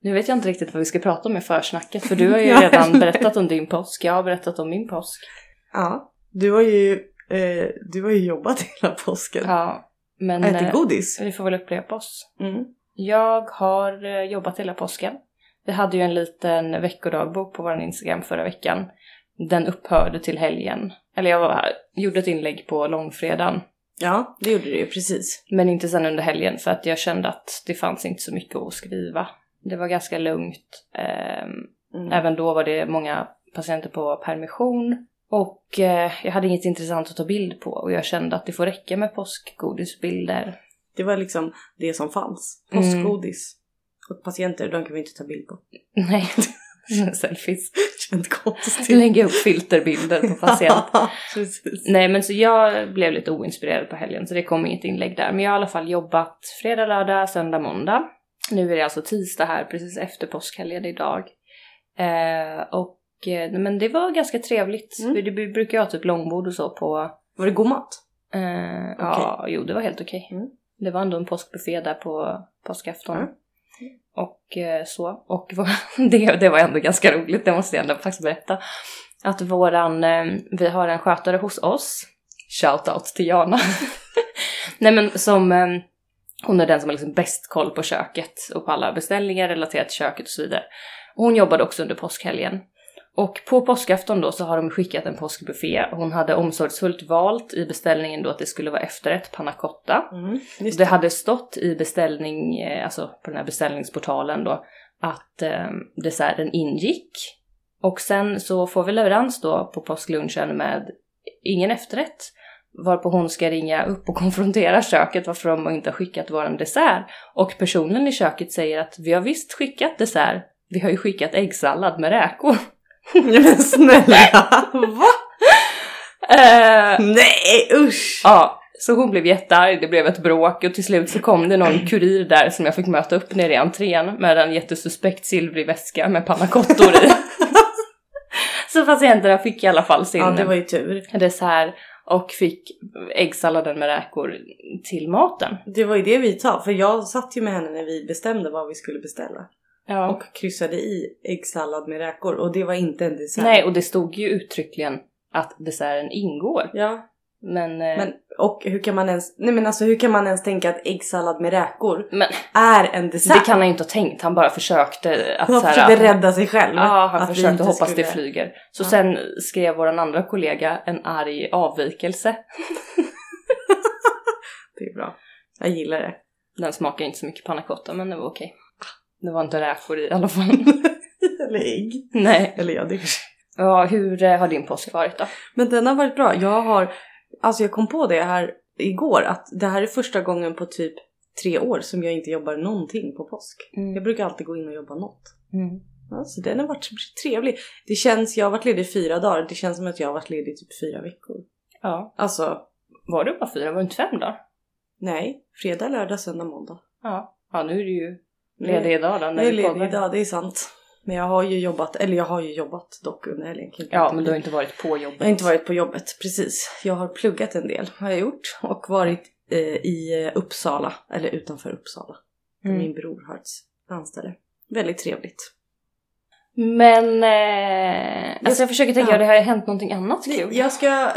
Nu vet jag inte riktigt vad vi ska prata om i försnacket. För du har ju redan berättat om din påsk. Jag har berättat om min påsk. Ja, du har ju jobbat hela påsken. Ja, men ätit godis. Vi får väl upprepa oss. Jag har jobbat hela påsken. Vi hade ju en liten veckodagbok på vår Instagram förra veckan. Den upphörde till helgen. Eller jag gjorde ett inlägg på långfredagen. Ja, det gjorde du ju precis. Men inte sen under helgen för att jag kände att det fanns inte så mycket att skriva. Det var ganska lugnt. Även då var det många patienter på permission. Och jag hade inget intressant att ta bild på. Och jag kände att det får räcka med påskgodisbilder. Det var liksom det som fanns. Påskgodis. Och patienter, de kan vi inte ta bild på. Nej, selfies. Känt konstigt. Lägga upp filterbilder på patienter. Nej, men så jag blev lite oinspirerad på helgen. Så det kom inget inlägg där. Men jag har i alla fall jobbat fredag, lördag, söndag, måndag. Nu är det alltså tisdag här, precis efter påskhelgen idag. Men det var ganska trevligt. Det brukar jag ha typ långbord och så på... Var det god mat? Ja, jo, det var helt okej. Det var ändå en påskbuffé där på påskafton. Och så. Och det var ändå ganska roligt, det måste jag ändå faktiskt berätta. Att vi har en skötare hos oss. Shoutout till Jana. Nej, men som... hon är den som har liksom bäst koll på köket och på alla beställningar relaterat till köket och så vidare. Och hon jobbade också under påskhelgen. Och på påskafton då så har de skickat en påskbuffé. Hon hade omsorgsfullt valt i beställningen då att det skulle vara efterrätt panna cotta. Det hade stått i beställning, alltså på den här beställningsportalen då, att desserten ingick. Och sen så får vi leverans då på påsklunchen med ingen efterrätt. Varpå hon ska ringa upp och konfrontera köket varför de inte har skickat våran dessert. Och personen i köket säger att vi har visst skickat dessert. Vi har ju skickat äggsallad med räkor. Men snälla, va? Nej, usch! Ja, så hon blev jättearg, det blev ett bråk och till slut så kom det någon kurir där som jag fick möta upp nere i entrén med en jättesuspekt silvrig väska med pannacottor i. Så patienterna fick i alla fall sin det var ju tur. Dessert och fick äggsalladen med räkor till maten. Det var ju det vi tar, för jag satt ju med henne när vi bestämde vad vi skulle beställa. Ja. Och kryssade i äggsallad med räkor. Och det var inte en dessert. Nej, och det stod ju uttryckligen att desserten ingår. Ja. Men och hur kan man ens... Nej, men alltså hur kan man ens tänka att äggsallad med räkor är en dessert? Det kan han ju inte ha tänkt. Han bara försökte att... Han försökte rädda sig själv. Ja, han försökte hoppas det flyger. Så sen skrev våran andra kollega en arg avvikelse. Det är bra. Jag gillar det. Den smakar inte så mycket panna cotta, men det var okej. Det var inte räkor i alla fall. Eller ägg. Nej. Eller ja, det. Ja, hur har din påsk varit då? Men den har varit bra. Jag kom på det här igår. Att det här är första gången på typ 3 år som jag inte jobbar någonting på påsk. Jag brukar alltid gå in och jobba något. Så den har varit trevlig. Jag har varit ledig 4 dagar. Det känns som att jag har varit ledig typ 4 veckor. Ja. Alltså. Var det bara 4? Var det inte 5 dagar? Nej, fredag, lördag, söndag, måndag. Ja, nu är det ju ledig idag då. Jag är ledig idag, det är sant. Men jag har ju jobbat dock under helgen. Ja, men du har inte varit på jobbet. Jag har inte varit på jobbet, precis. Jag har pluggat en del, har jag gjort. Och varit i Uppsala, eller utanför Uppsala. Min bror har ett landställe. Väldigt trevligt. Men jag försöker tänka att det har hänt någonting annat kul. Jag ska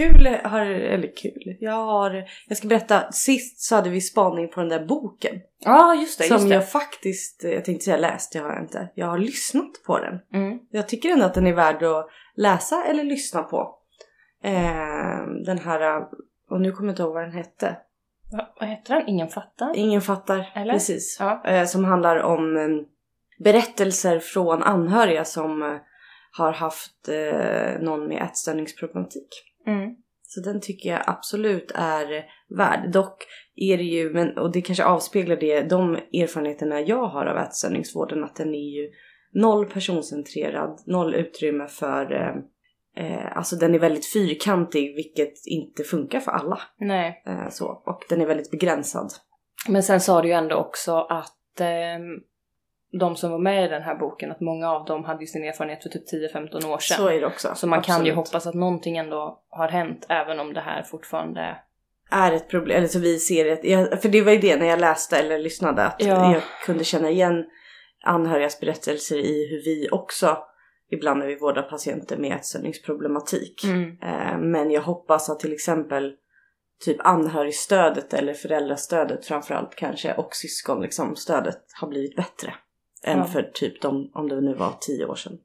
Jag ska berätta. Sist så hade vi spaning på den där boken. Ja, just det. Som jag faktiskt, jag tänkte säga läst, det har jag inte. Jag har lyssnat på den. Jag tycker ändå att den är värd att läsa eller lyssna på. Den här, och nu kommer jag inte ihåg vad den hette. Vad heter den? Ingen fattar? Ingen fattar, eller? Precis. Ja. Som handlar om berättelser från anhöriga som har haft någon med ätstörningsproblematik. Så den tycker jag absolut är värd. Dock är det ju, och det kanske avspeglar det, de erfarenheterna jag har av ätstörningsvården, att den är ju 0 personcentrerad, 0 utrymme för, alltså den är väldigt fyrkantig, vilket inte funkar för alla. Nej. Så, och den är väldigt begränsad. Men sen sa du ju ändå också att de som var med i den här boken, att många av dem hade ju sin erfarenhet för typ 10-15 år sedan. Så är det också. Så man kan ju hoppas att någonting ändå har hänt, även om det här fortfarande är ett problem. Eller så vi ser det, för det var ju det när jag läste eller lyssnade, att jag kunde känna igen anhörigas berättelser i hur vi också ibland när vi vårdar patienter med ätstörningsproblematik. Men jag hoppas att till exempel typ anhörigstödet eller föräldrastödet framförallt kanske och syskon liksom, stödet har blivit bättre än för typ om det nu var 10 år sedan.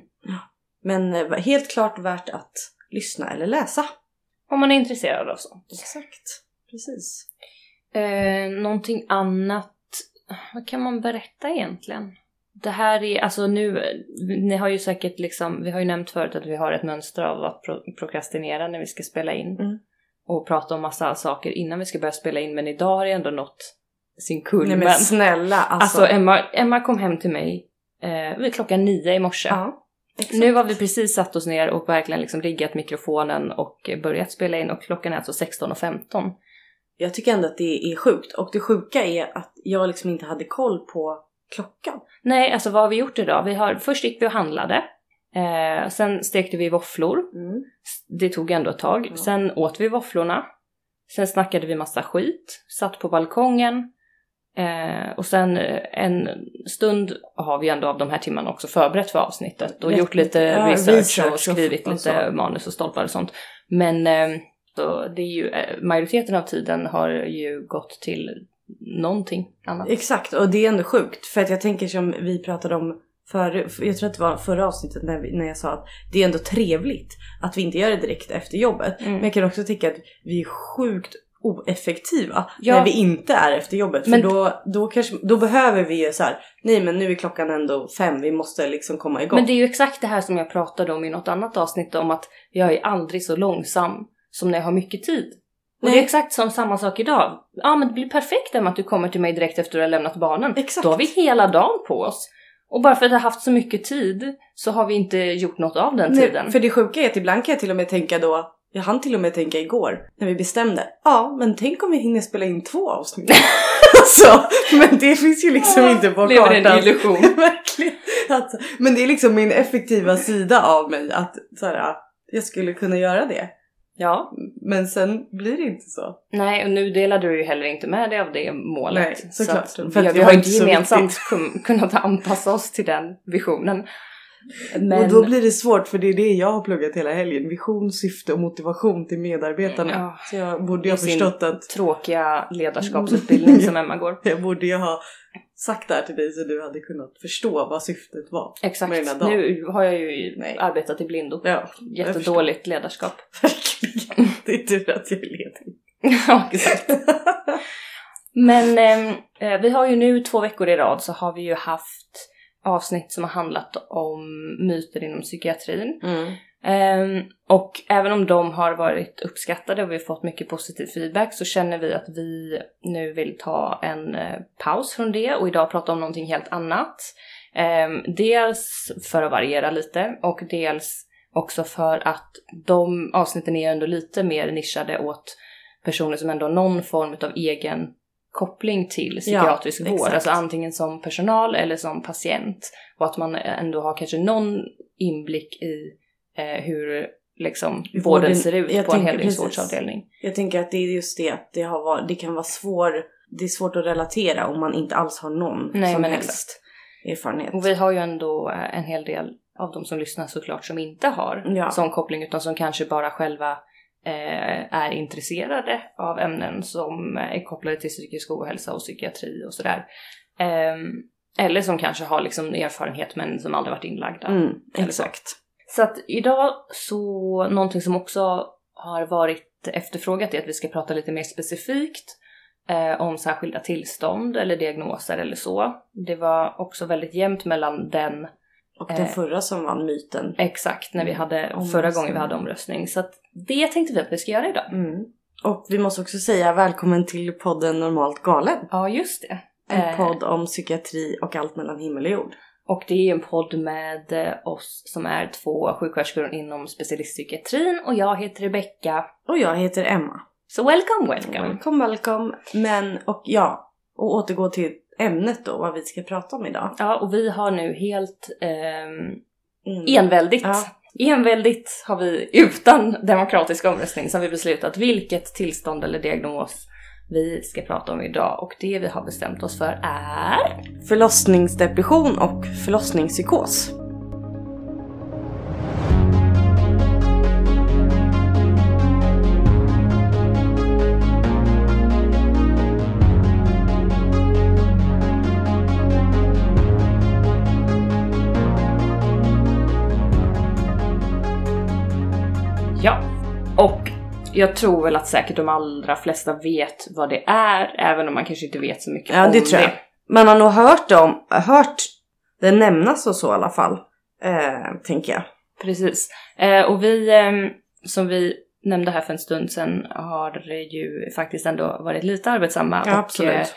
Men helt klart värt att lyssna eller läsa. Om man är intresserad av sånt. Exakt, precis. Någonting annat, vad kan man berätta egentligen? Det här är, alltså nu, ni har ju säkert liksom, vi har ju nämnt förut att vi har ett mönster av att prokrastinera när vi ska spela in. Och prata om massa saker innan vi ska börja spela in, men idag har det ändå nått sin kulmen. Nej men snälla, alltså Emma kom hem till mig klockan 9 i morse. Ja, nu har vi precis satt oss ner och verkligen liksom riggat mikrofonen och börjat spela in, och klockan är alltså 16:15. Jag tycker ändå att det är sjukt, och det sjuka är att jag liksom inte hade koll på klockan. Nej, alltså vad har vi gjort idag? Först gick vi och handlade. Sen stekte vi våfflor. Det tog ändå ett tag. Sen åt vi våfflorna. Sen snackade vi massa skit. Satt på balkongen. Och sen en stund har vi ändå av de här timmarna också förberett för avsnittet. Och gjort lite research och skrivit lite manus och stolpar och sånt. Men så det är ju, majoriteten av tiden har ju gått till någonting annat. Exakt, och det är ändå sjukt. För att jag tänker som vi pratade om jag tror att det var förra avsnittet när jag sa att det är ändå trevligt att vi inte gör det direkt efter jobbet. Men jag kan också tycka att vi är sjukt oeffektiva när vi inte är efter jobbet. Men för då behöver vi ju så här, nej men nu är klockan ändå 5, vi måste liksom komma igång. Men det är ju exakt det här som jag pratade om i något annat avsnitt, om att jag är aldrig så långsam som när jag har mycket tid. Och det är exakt som samma sak idag. Ja, men det blir perfekt att du kommer till mig direkt efter att du har lämnat barnen. Exakt. Då har vi hela dagen på oss. Och bara för att jag har haft så mycket tid så har vi inte gjort något av den tiden. För det sjuka är att ibland kan jag till och med tänka då, jag hann till och med tänka igår när vi bestämde. Ja, men tänk om vi hinner spela in 2 avsnitt. Alltså, men det finns ju liksom inte på kartan. Lever en illusion. Verkligen. Alltså, men det är liksom min effektiva sida av mig att så här, jag skulle kunna göra det. Ja. Men sen blir det inte så. Nej, och nu delade du ju heller inte med dig av det målet. Nej, såklart. Så vi har inte gemensamt kunnat anpassa oss till den visionen. Men... Och då blir det svårt, för det är det jag har pluggat hela helgen. Vision, syfte och motivation till medarbetarna. Ja, så jag borde ju ha förstått att... tråkiga ledarskapsutbildning som Emma går. Jag borde ju ha sagt det här till dig så du hade kunnat förstå vad syftet var. Exakt, nu har jag ju arbetat i blindo. Ja, jättedåligt ledarskap. Verkligen, det är tur att jag är ledig. Ja, exakt. Men vi har ju nu 2 veckor i rad så har vi ju haft avsnitt som har handlat om myter inom psykiatrin. Och även om de har varit uppskattade och vi har fått mycket positiv feedback, så känner vi att vi nu vill ta en paus från det och idag prata om någonting helt annat. Dels för att variera lite, och dels också för att de avsnitten är ändå lite mer nischade åt personer som ändå har någon form av egen koppling till psykiatrisk vård. Exakt. Alltså antingen som personal eller som patient. Och att man ändå har kanske någon inblick i hur liksom vården ser ut på en helhetsvårdsavdelning. Jag tänker att det är just det att det kan vara det är svårt att relatera om man inte alls har någon som helst erfarenhet. Och vi har ju ändå en hel del av de som lyssnar såklart som inte har sån koppling, utan som kanske bara själva är intresserade av ämnen som är kopplade till psykisk ohälsa och psykiatri och sådär. Eller som kanske har liksom erfarenhet men som aldrig varit inlagda. Exakt. Så att idag så någonting som också har varit efterfrågat är att vi ska prata lite mer specifikt om särskilda tillstånd eller diagnoser eller så. Det var också väldigt jämnt mellan den och den förra som var myten. Exakt, när vi hade förra gången vi hade omröstning. Så att det tänkte vi att vi ska göra idag. Och vi måste också säga välkommen till podden Normalt galen. Ja, just det. En podd om psykiatri och allt mellan himmel och jord. Och det är en podd med oss som är 2 sjuksköterskor inom specialistpsykiatrin. Och jag heter Rebecka. Och jag heter Emma. Så welcome. Men, och återgå till ämnet då, vad vi ska prata om idag. Ja, och vi har nu helt enväldigt. Ja. Enväldigt har vi utan demokratisk omröstning som vi beslutat vilket tillstånd eller diagnos vi ska prata om idag. Och det vi har bestämt oss för är... förlossningsdepression och förlossningspsykos. Ja, och jag tror väl att säkert de allra flesta vet vad det är, även om man kanske inte vet så mycket om det. Ja, det tror jag. Man har nog hört det nämnas och så i alla fall, tänker jag. Precis. Och vi, som vi nämnde här för en stund sedan, har ju faktiskt ändå varit lite arbetsamma. Ja, absolut.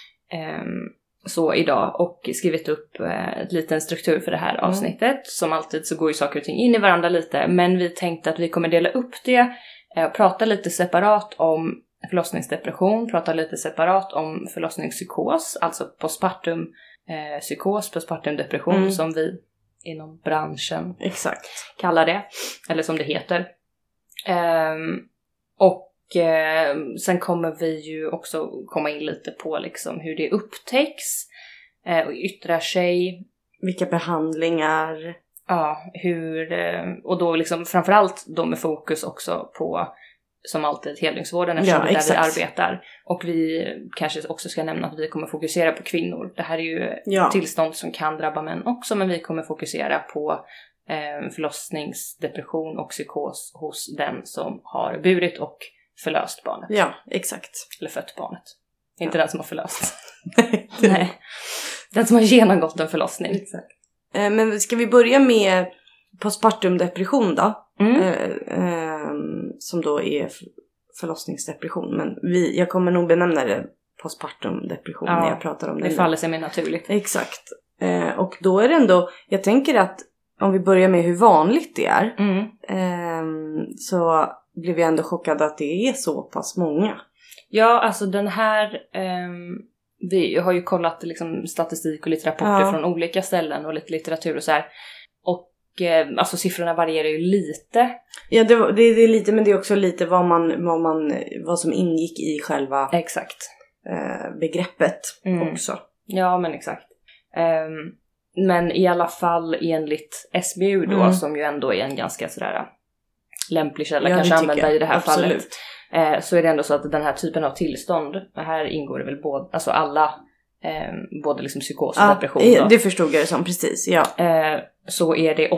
Så idag och skrivit upp en liten struktur för det här avsnittet. Som alltid så går ju saker och ting in i varandra lite, men vi tänkte att vi kommer dela upp det, prata lite separat om förlossningsdepression, prata lite separat om förlossningspsykos, alltså postpartum psykos, postpartum depression som vi inom branschen kallar det, eller som det heter. Sen kommer vi ju också komma in lite på liksom hur det upptäcks och yttrar sig. Vilka behandlingar. Ja, och då liksom framförallt då med fokus också på, som alltid, heldygnsvården, eftersom det är där vi arbetar. Och vi kanske också ska nämna att vi kommer fokusera på kvinnor. Det här är ju tillstånd som kan drabba män också, men vi kommer fokusera på förlossningsdepression och psykos hos den som har burit och förlöst barnet. Ja, exakt. Eller fött barnet. Inte den som har förlöst. Nej. Den som har genomgått en förlossning. Exakt. Men ska vi börja med postpartum depression då? Som då är förlossningsdepression. Men jag kommer nog benämna det postpartum depression när jag pratar om det. Det faller sig mer naturligt. Exakt. Och då är det ändå, jag tänker att om vi börjar med hur vanligt det är. Så blev jag ändå chockad att det är så pass många. Ja, alltså den här... vi har ju kollat liksom statistik och lite rapporter från olika ställen och lite litteratur och så här. Och alltså siffrorna varierar ju lite. Ja, det är lite, men det är också lite vad som ingick i själva begreppet också. Ja, men exakt. Men i alla fall enligt SBU då, som ju ändå är en ganska sådär lämplig källa kanske använda i det här fallet. Så är det ändå så att den här typen av tillstånd, här ingår det väl både, alltså alla, både liksom psykos och depression då. Det förstod jag det som, precis, ja. Så är det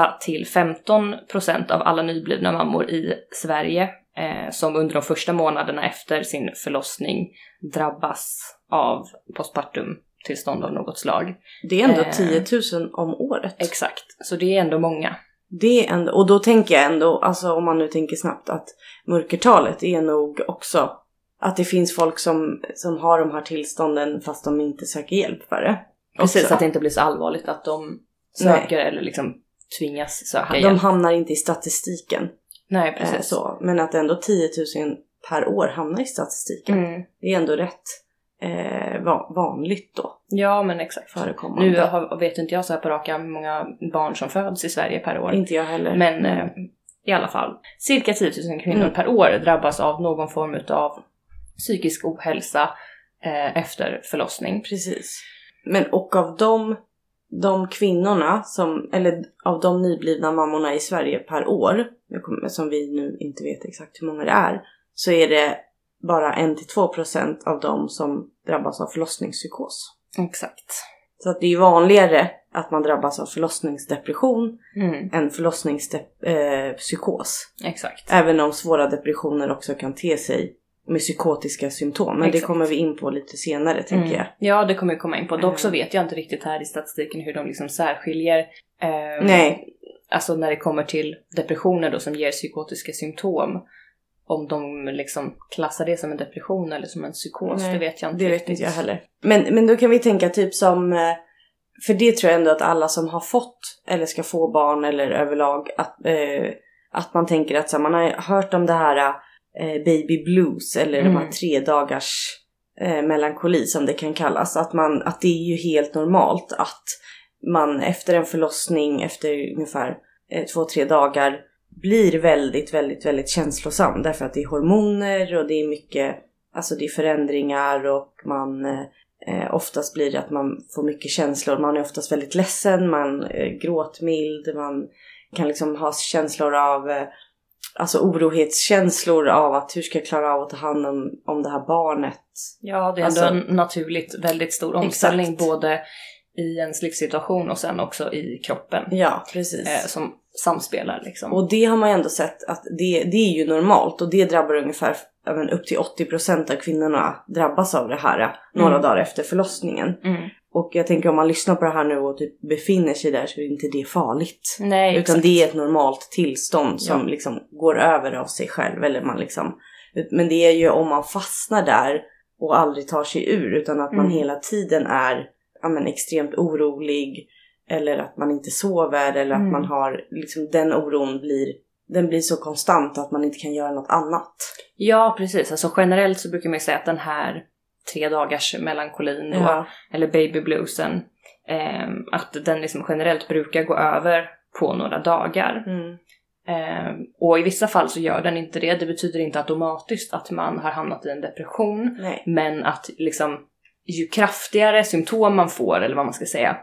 8-15% av alla nyblivna mammor i Sverige som under de första månaderna efter sin förlossning drabbas av postpartum tillstånd av något slag. Det är ändå 10 000 om året. Exakt, så det är ändå många. Det är ändå, och då tänker jag ändå, alltså om man nu tänker snabbt, att mörkertalet är nog också att det finns folk som har de här tillstånden fast de inte söker hjälp för det. Precis, att det inte blir så allvarligt att de söker eller liksom tvingas söka hjälp. De hamnar inte i statistiken. Nej, precis. Så, men att ändå 10 000 per år hamnar i statistiken. Det är ändå rätt vanligt då. Ja, men exakt. Förekommande. Nu vet inte jag så här på raka hur många barn som föds i Sverige per år. Inte jag heller. Men i alla fall, cirka 10 000 kvinnor per år drabbas av någon form av psykisk ohälsa efter förlossning. Precis. Men och av de kvinnorna eller av de nyblivna mammorna i Sverige per år, som vi nu inte vet exakt hur många det är, så är det bara 1-2% av dem som drabbas av förlossningspsykos. Exakt. Så att det är vanligare att man drabbas av förlossningsdepression än förlossningspsykos. Exakt. Även om svåra depressioner också kan te sig med psykotiska symptom. Men det kommer vi in på lite senare, tänker jag. Ja, det kommer vi komma in på. Dock så vet jag inte riktigt här i statistiken hur de liksom särskiljer. Nej. Alltså när det kommer till depressioner då som ger psykotiska symptom. Om de liksom klassar det som en depression eller som en psykos, det vet jag inte. Det vet inte jag heller. Men då kan vi tänka typ som, för det tror jag ändå att alla som har fått eller ska få barn eller överlag, att man tänker att så man har hört om det här baby blues eller de här 3 dagars melankoli som det kan kallas. Att det är ju helt normalt att man efter en förlossning, efter ungefär 2-3 dagar, blir väldigt, väldigt, väldigt känslosam. Därför att det är hormoner och det är mycket alltså det är förändringar och man oftast blir det att man får mycket känslor. Man är oftast väldigt ledsen, man är gråtmild, man kan liksom ha känslor av alltså orohetskänslor av att hur ska jag klara av att ta hand om det här barnet. Ja, det är ändå en naturligt väldigt stor omställning. Exakt. Både i ens livssituation och sen också i kroppen. Ja, precis. Som samspelar liksom. Och det har man ju ändå sett att det är ju normalt. Och det drabbar ungefär upp till 80% av kvinnorna drabbas av det här några dagar efter förlossningen. Och jag tänker om man lyssnar på det här nu och typ befinner sig där så är inte det farligt. Nej, utan det är ett normalt tillstånd som liksom går över av sig själv. Eller man liksom, men det är ju om man fastnar där och aldrig tar sig ur. Utan att man hela tiden är extremt orolig. Eller att man inte sover. Eller att man har liksom, den oron blir så konstant att man inte kan göra något annat. Ja, precis. Alltså generellt så brukar man säga att den här 3 dagars melankolin då, eller baby bluesen, att den liksom generellt brukar gå över på några dagar. Och i vissa fall så gör den inte det. Det betyder inte automatiskt att man har hamnat i en depression. Nej. Men att liksom, ju kraftigare symptom man får, eller vad man ska säga,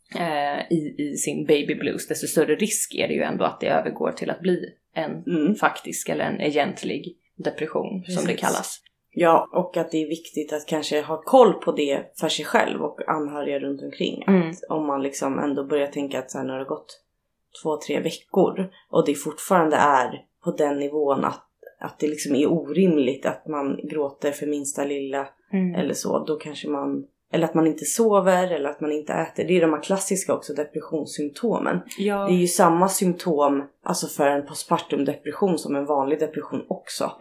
i sin baby blues, desto större risk är det ju ändå att det övergår till att bli en faktisk eller en egentlig depression. Precis. Som det kallas. Ja, och att det är viktigt att kanske ha koll på det för sig själv och anhöriga runt omkring. Att om man liksom ändå börjar tänka att så här, när det har gått 2-3 veckor och det fortfarande är på den nivån att det liksom är orimligt att man gråter för minsta lilla eller så, då kanske man, eller att man inte sover eller att man inte äter. Det är de här klassiska också depressionssymptomen. Ja. Det är ju samma symptom alltså för en postpartum depression som en vanlig depression också.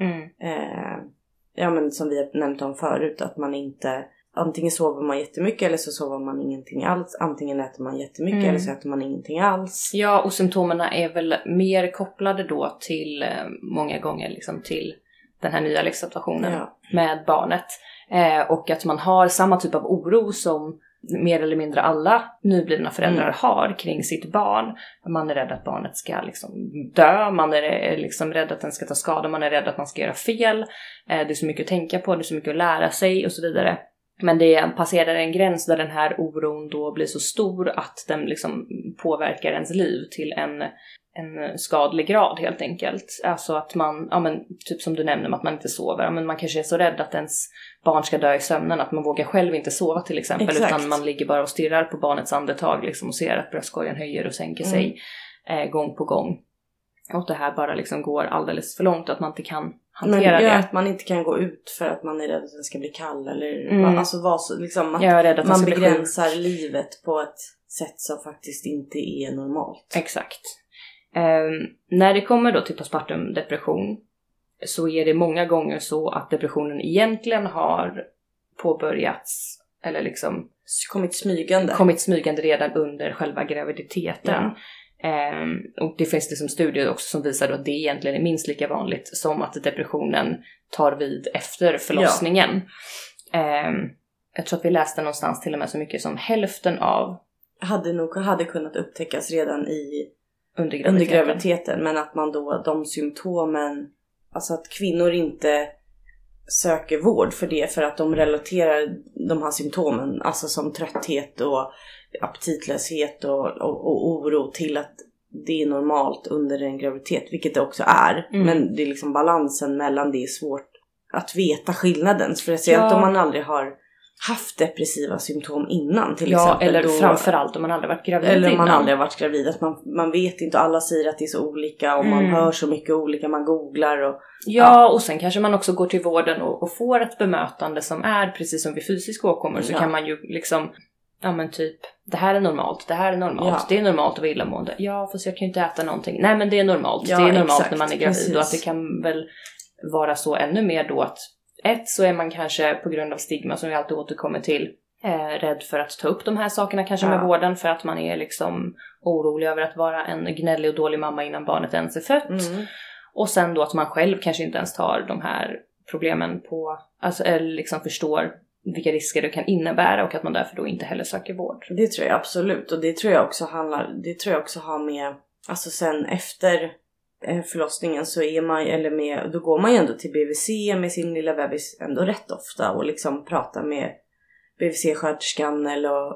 Ja, men som vi har nämnt om förut, att man inte, antingen sover man jättemycket eller så sover man ingenting alls. Antingen äter man jättemycket eller så äter man ingenting alls. Ja, och symptomen är väl mer kopplade då till många gånger liksom till den här nya livssituationen med barnet. Och att man har samma typ av oro som mer eller mindre alla nyblivna föräldrar har kring sitt barn. Man är rädd att barnet ska liksom dö, man är liksom rädd att den ska ta skada, man är rädd att man ska göra fel. Det är så mycket att tänka på, det är så mycket att lära sig och så vidare. Men det passerar en gräns där den här oron då blir så stor att den liksom påverkar ens liv till en skadlig grad helt enkelt. Alltså att man, typ som du nämner, att man inte sover. Men man kanske är så rädd att ens barn ska dö i sömnen att man vågar själv inte sova till exempel. Exakt. Utan man ligger bara och stirrar på barnets andetag liksom, och ser att bröstkorgen höjer och sänker sig gång på gång. Och det här bara liksom går alldeles för långt, att man inte kan hantera det. Att man inte kan gå ut för att man är rädd att den ska bli kall. Eller alltså liksom att rädd att man begränsar livet på ett sätt som faktiskt inte är normalt. Exakt. När det kommer då till postpartum depression så är det många gånger så att depressionen egentligen har påbörjats eller liksom kommit smygande redan under själva graviditeten. Och det finns liksom studier också som visar att det egentligen är minst lika vanligt som att depressionen tar vid efter förlossningen. Jag tror att vi läste någonstans till och med så mycket som hälften av hade kunnat upptäckas redan under graviditeten, men att man då de symptomen, alltså att kvinnor inte söker vård för det för att de relaterar de här symptomen, alltså som trötthet och aptitlöshet och oro till att det är normalt under en graviditet, vilket det också är. Men det är liksom balansen mellan det är svårt att veta skillnaden, speciellt om man aldrig har haft depressiva symptom innan till exempel. Eller då, framförallt om man aldrig varit gravid eller innan. Man aldrig har varit gravid. Att man vet inte, alla säger att det är så olika och man hör så mycket olika, man googlar och... Ja, och sen kanske man också går till vården och får ett bemötande som är precis som vid fysiska åkommor, så kan man ju liksom, typ, det här är normalt, det är normalt att vara illamående. Ja, fast jag kan ju inte äta någonting. Nej, men det är normalt, det är normalt exakt, när man är gravid. Precis. Och att det kan väl vara så ännu mer då att så är man kanske på grund av stigma som vi alltid återkommer till rädd för att ta upp de här sakerna kanske med vården, för att man är liksom orolig över att vara en gnällig och dålig mamma innan barnet ens är fött. Och sen då att man själv kanske inte ens tar de här problemen på, alltså eller liksom förstår vilka risker det kan innebära, och att man därför då inte heller söker vård. Det tror jag absolut, och det tror jag också har med, alltså sen efter förlossningen så är man, då går man ju ändå till BVC med sin lilla bebis ändå rätt ofta och liksom pratar med BVC-sköterskan eller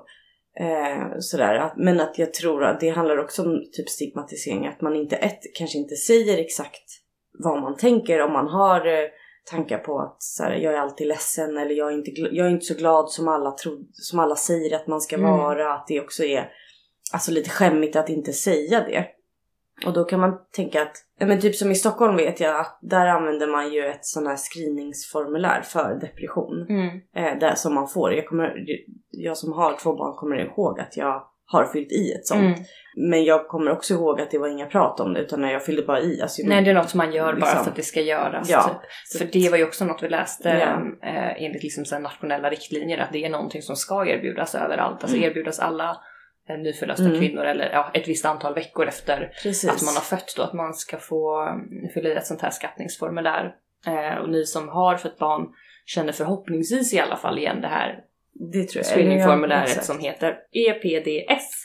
sådär. Men att jag tror att det handlar också om typ stigmatisering, att man kanske inte säger exakt vad man tänker, om man har tankar på att så här, jag är alltid ledsen eller jag är inte så glad som alla säger att man ska vara, att det också är alltså lite skämmigt att inte säga det. Och då kan man tänka att, men typ som i Stockholm vet jag att där använder man ju ett sån här screeningsformulär för depression. Där som man får. Jag som har 2 barn kommer ihåg att jag har fyllt i ett sånt. Men jag kommer också ihåg att det var inga prat om det, utan när jag fyllde bara i. Alltså, nej, det är något som man gör bara för att det ska göras. Ja, typ. För det var ju också något vi läste enligt liksom så nationella riktlinjer, att det är någonting som ska erbjudas överallt. Alltså erbjudas alla nyförlösta kvinnor eller ett visst antal veckor efter att man har fött då, att man ska få fylla i ett sånt här skattningsformulär. Och ni som har fött barn känner förhoppningsvis i alla fall igen det här screeningformuläret som heter EPDS.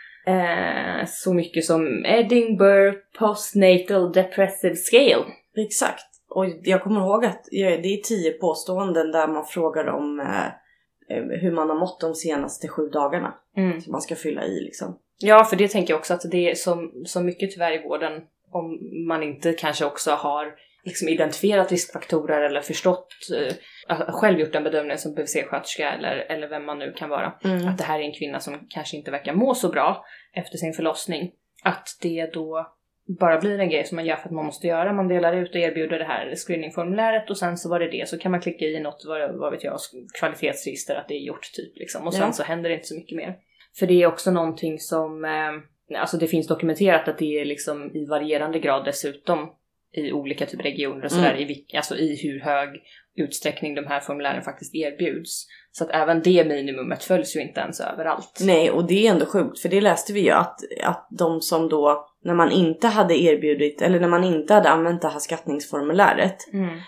Så mycket som Edinburgh Postnatal Depressive Scale. Exakt. Och jag kommer ihåg att det är 10 påståenden där man frågar om hur man har mått de senaste 7 dagarna. Som man ska fylla i liksom. Ja, för det tänker jag också att det är så mycket tyvärr i vården, om man inte kanske också har liksom identifierat riskfaktorer eller förstått, själv gjort en bedömning som BVC-sköterska eller vem man nu kan vara, att det här är en kvinna som kanske inte verkar må så bra efter sin förlossning, att det då bara blir en grej som man gör för att man måste göra. Man delar ut och erbjuder det här screeningformuläret och sen så var det, så kan man klicka i något, vad vet jag, kvalitetsregister att det är gjort typ liksom. Och sen så händer det inte så mycket mer. För det är också någonting som, alltså det finns dokumenterat att det är liksom i varierande grad dessutom i olika typ regioner och sådär, alltså i hur hög utsträckning de här formulären faktiskt erbjuds. Så att även det minimumet följs ju inte ens överallt. Nej, och det är ändå sjukt, för det läste vi ju att de som då, när man inte hade erbjudit eller när man inte hade använt det här skattningsformuläret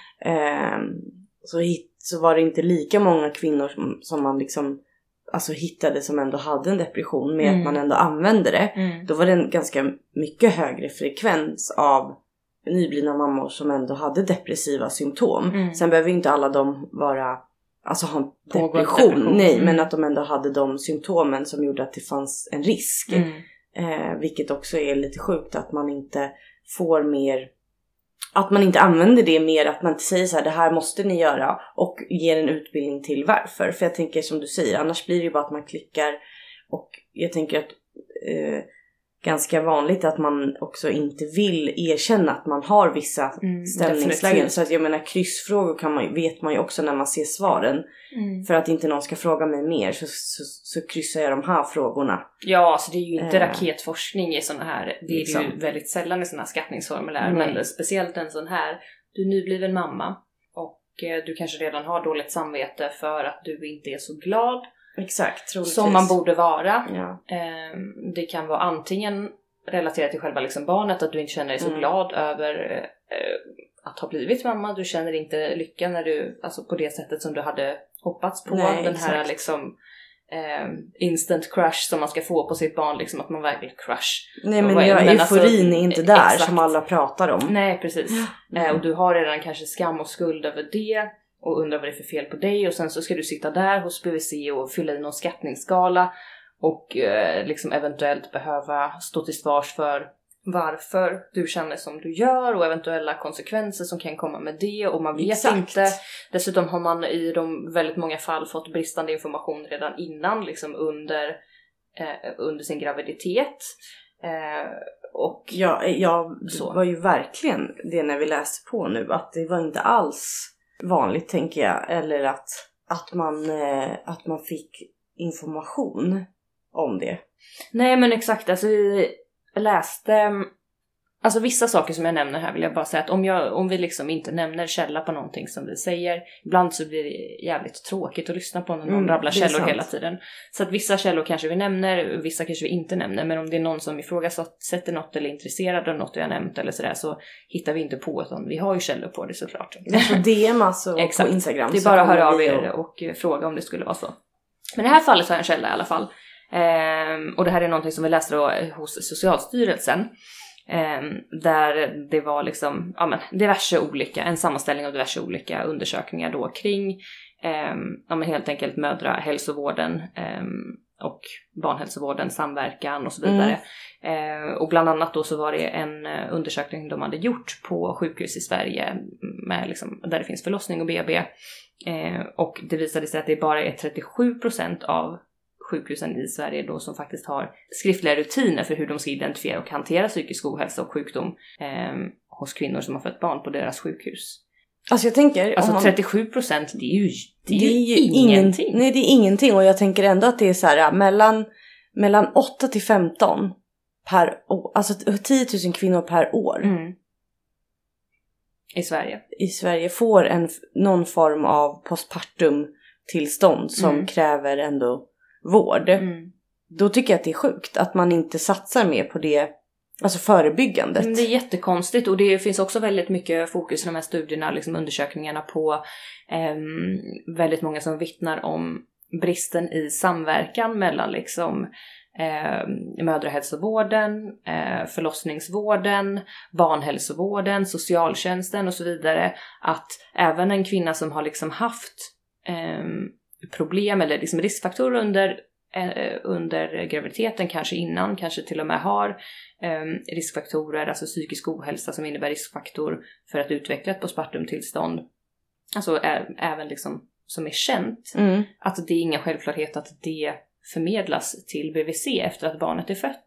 så var det inte lika många kvinnor som man liksom alltså hittade som ändå hade en depression med att man ändå använde det. Då var det en ganska mycket högre frekvens av nyblivna mammor som ändå hade depressiva symptom. Sen behöver inte alla de vara, alltså ha en depression. Nej, men att de ändå hade de symptomen som gjorde att det fanns en risk. Vilket också är lite sjukt, att man inte får mer, att man inte använder det mer, att man inte säger så här, det här måste ni göra, och ger en utbildning till varför. För jag tänker som du säger, annars blir det ju bara att man klickar, och jag tänker att ganska vanligt att man också inte vill erkänna att man har vissa ställningslägen. Så att jag menar, kryssfrågor vet man ju också när man ser svaren. För att inte någon ska fråga mig mer så kryssar jag de här frågorna. Ja, alltså det är ju inte raketforskning i sådana här. Det är liksom ju väldigt sällan i sådana här skattningsformulär. Men speciellt en sån här, du är nybliven mamma och du kanske redan har dåligt samvete för att du inte är så glad. Exakt, troligtvis. Som man borde vara. Det kan vara antingen relaterat till själva liksom barnet, att du inte känner dig så glad över att ha blivit mamma. Du känner inte lycka när du, alltså på det sättet som du hade hoppats på. Nej, den här liksom instant crush som man ska få på sitt barn, liksom att man verkligen crush. Nej, men euforin är inte där som alla pratar om. Nej, precis. Och du har redan kanske skam och skuld över det. Och undrar vad det är för fel på dig. Och sen så ska du sitta där hos BVC och fylla i någon skattningsskala. Och liksom eventuellt behöva stå till svars för varför du känner som du gör. Och eventuella konsekvenser som kan komma med det. Och man vet inte. Dessutom har man i de väldigt många fall fått bristande information redan innan. Liksom under sin graviditet. Och det var ju verkligen det när vi läste på nu. Att det var inte alls vanligt, tänker jag, eller att man fick information om det. Nej, men exakt, alltså vi läste, alltså vissa saker som jag nämner här vill jag bara säga att om vi liksom inte nämner källa på någonting som vi säger, ibland så blir det jävligt tråkigt att lyssna på när någon rabblar källor hela tiden. Så att vissa källor kanske vi nämner, vissa kanske vi inte nämner, men om det är någon som ifrågasätter något eller är intresserad av något jag nämnt eller sådär, så hittar vi inte på utan vi har ju källor på det såklart. DM alltså på Instagram. Det är bara att höra av er och fråga om det skulle vara så. Men i det här fallet så har jag en källa i alla fall. Och det här är någonting som vi läste då hos Socialstyrelsen. Där det var liksom, en sammanställning av diverse olika undersökningar då kring helt enkelt mödrahälsovården och barnhälsovården, samverkan och så vidare. Och bland annat då så var det en undersökning de hade gjort på sjukhus i Sverige med liksom, där det finns förlossning och BB. Och det visade sig att det bara är 37% av sjukhusen i Sverige då som faktiskt har skriftliga rutiner för hur de ska identifiera och hantera psykisk ohälsa och sjukdom hos kvinnor som har fått barn på deras sjukhus. Alltså jag tänker... 37% det är ju ingenting. Nej, det är ingenting. Och jag tänker ändå att det är så här mellan 8 till 15 per år. Alltså 10 000 kvinnor per år. I Sverige får någon form av postpartum tillstånd som kräver ändå vård. Då tycker jag att det är sjukt att man inte satsar mer på det, alltså förebyggandet. Det är jättekonstigt, och det finns också väldigt mycket fokus i de här studierna, liksom undersökningarna på väldigt många som vittnar om bristen i samverkan mellan liksom mödrahälsovården, förlossningsvården, barnhälsovården, socialtjänsten och så vidare. Att även en kvinna som har liksom haft problem eller liksom riskfaktorer under graviditeten, kanske innan, kanske till och med har riskfaktorer, alltså psykisk ohälsa som innebär riskfaktor för att utveckla ett postpartumtillstånd. Alltså även liksom som är känt, att det är ingen självklarhet att det förmedlas till BVC efter att barnet är fött.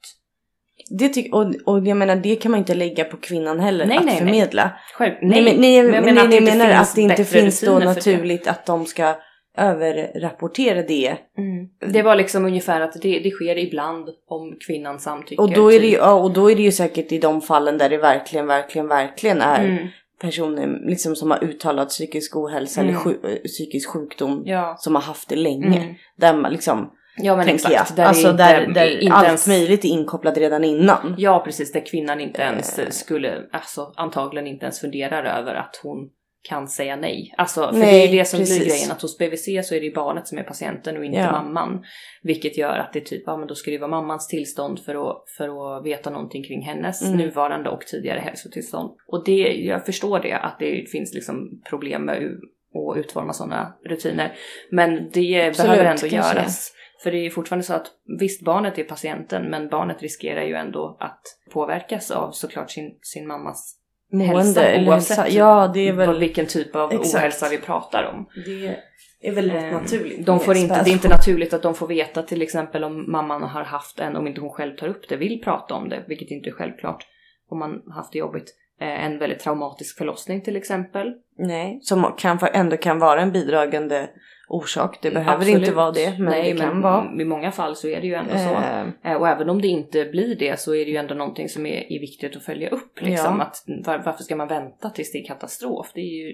Och jag menar, det kan man inte lägga på kvinnan heller förmedla. Nej, jag menar att det inte finns då naturligt att de ska överrapportera det. Det var liksom ungefär att det sker ibland om kvinnan samtycker. Och då är det ju säkert i de fallen där det verkligen är personer liksom som har uttalat psykisk ohälsa eller psykisk sjukdom som har haft det länge. Där man liksom... Ja, men exakt. Där alltså där allt ens möjligt är inkopplat redan innan. Ja, precis. Där kvinnan inte ens skulle, alltså antagligen inte ens funderar över att hon kan säga nej. Alltså, för det är ju det som blir grejen, att hos BVC så är det ju barnet som är patienten och inte mamman. Vilket gör att det typ, men då ska det vara mammans tillstånd för att veta någonting kring hennes nuvarande och tidigare hälsotillstånd. Och jag förstår det, att det finns liksom problem med att utforma sådana rutiner. Men det behöver ändå göras. För det är ju fortfarande så att visst, barnet är patienten, men barnet riskerar ju ändå att påverkas av såklart sin mammas hälsa, oavsett det är väl vilken typ av ohälsa vi pratar om. Det är väl rätt naturligt. Det är inte naturligt att de får veta till exempel om mamman har haft om inte hon själv tar upp det, vill prata om det, vilket inte är självklart om man haft det jobbigt. En väldigt traumatisk förlossning till exempel. Nej, som ändå kan vara en bidragande orsak. Det behöver inte vara det, men det kan vara. I många fall så är det ju ändå så. Och även om det inte blir det, så är det ju ändå någonting som är viktigt att följa upp. Liksom. Att, varför ska man vänta tills det är katastrof? Det är ju...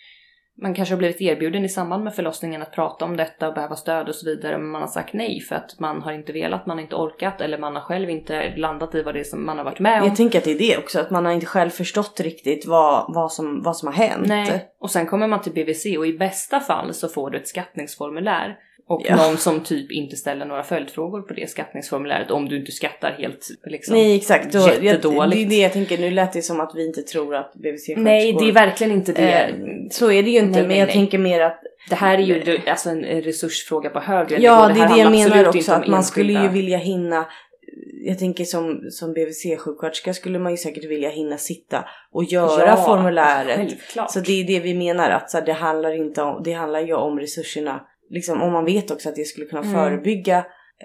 Man kanske har blivit erbjuden i samband med förlossningen att prata om detta och behöva stöd och så vidare. Men man har sagt nej för att man har inte velat, man har inte orkat. Eller man har själv inte landat i vad det är som man har varit med om. Jag tänker att det är det också. Att man har inte själv förstått riktigt vad som har hänt. Nej, och sen kommer man till BVC och i bästa fall så får du ett skattningsformulär. Och någon som typ inte ställer några följdfrågor på det skattningsformuläret om du inte skattar helt liksom. Nej, exakt. Jättedåligt. Det är det jag tänker. Nu lät det som att vi inte tror att BVC Nej, det är verkligen inte det. Så är det ju inte, men jag tänker mer att det här är ju alltså en resursfråga på högre nivå. Ja, det är det jag menar också, att man skulle ju vilja hinna. Jag tänker som BVC-sjuksköterska skulle man ju säkert vilja hinna sitta och göra formuläret. Självklart. Så det är det vi menar, att så det handlar ju om resurserna. Liksom, om man vet också att det skulle kunna förebygga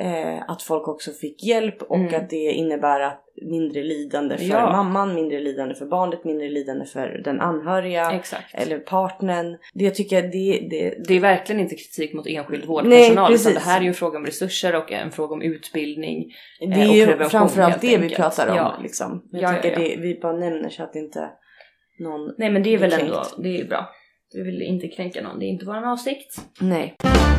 att folk också fick hjälp och att det innebär att mindre lidande för mamman, mindre lidande för barnet, mindre lidande för den anhöriga. Exakt. Eller partnern. Det jag tycker det är verkligen inte kritik mot enskild vårdpersonal, utan det här är ju en fråga om resurser och en fråga om utbildning. Det är ju framförallt det vi pratar om. Liksom. Jag tycker vi bara nämner så att inte någon... Nej, men det är väl ändå, det är bra. Vi vill inte kränka någon, det är inte vår avsikt. Nej.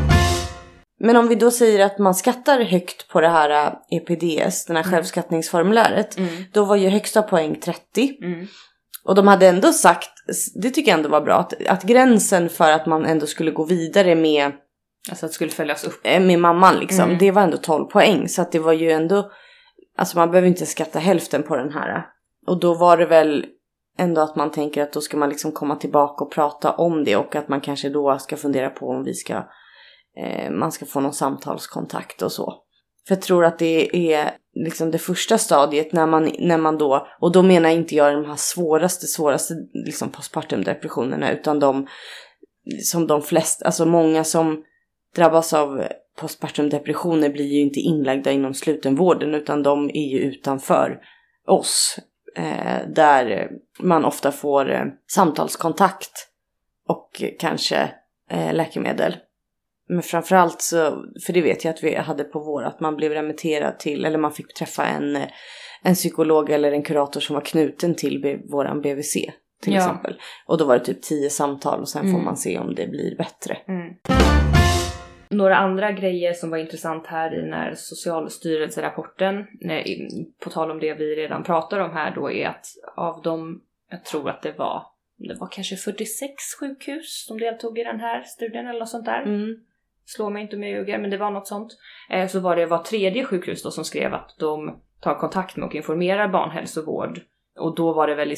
Men om vi då säger att man skattar högt på det här EPDS, den här självskattningsformuläret, då var ju högsta poäng 30. Och de hade ändå sagt, det tycker jag ändå var bra, att gränsen för att man ändå skulle gå vidare med... Alltså att det skulle följas upp. Med mamman liksom, det var ändå 12 poäng. Så att det var ju ändå, alltså man behöver inte skatta hälften på den här Och då var det väl ändå att man tänker att då ska man liksom komma tillbaka och prata om det. Och att man kanske då ska fundera på om man ska få någon samtalskontakt och så. För jag tror att det är liksom det första stadiet när man då, och då menar inte jag de här svåraste liksom postpartumdepressionerna, utan de flesta, alltså många som drabbas av postpartumdepressioner blir ju inte inlagda inom slutenvården, utan de är ju utanför oss, där man ofta får samtalskontakt och kanske läkemedel. Men framförallt så, för det vet jag att vi hade på vår, att man blev remitterad till, eller man fick träffa en psykolog eller en kurator som var knuten till våran BVC till exempel. Och då var det typ 10 samtal och sen får man se om det blir bättre. Några andra grejer som var intressant här i den här Socialstyrelserapporten, på tal om det vi redan pratar om här då, är att av dem, jag tror att det var kanske 46 sjukhus som deltog i den här studien eller något sånt där. Slår mig inte med ljuger, men det var något sånt. Så var 3:e sjukhus då som skrev att de tar kontakt med och informerar barnhälsovård. Och då var det väl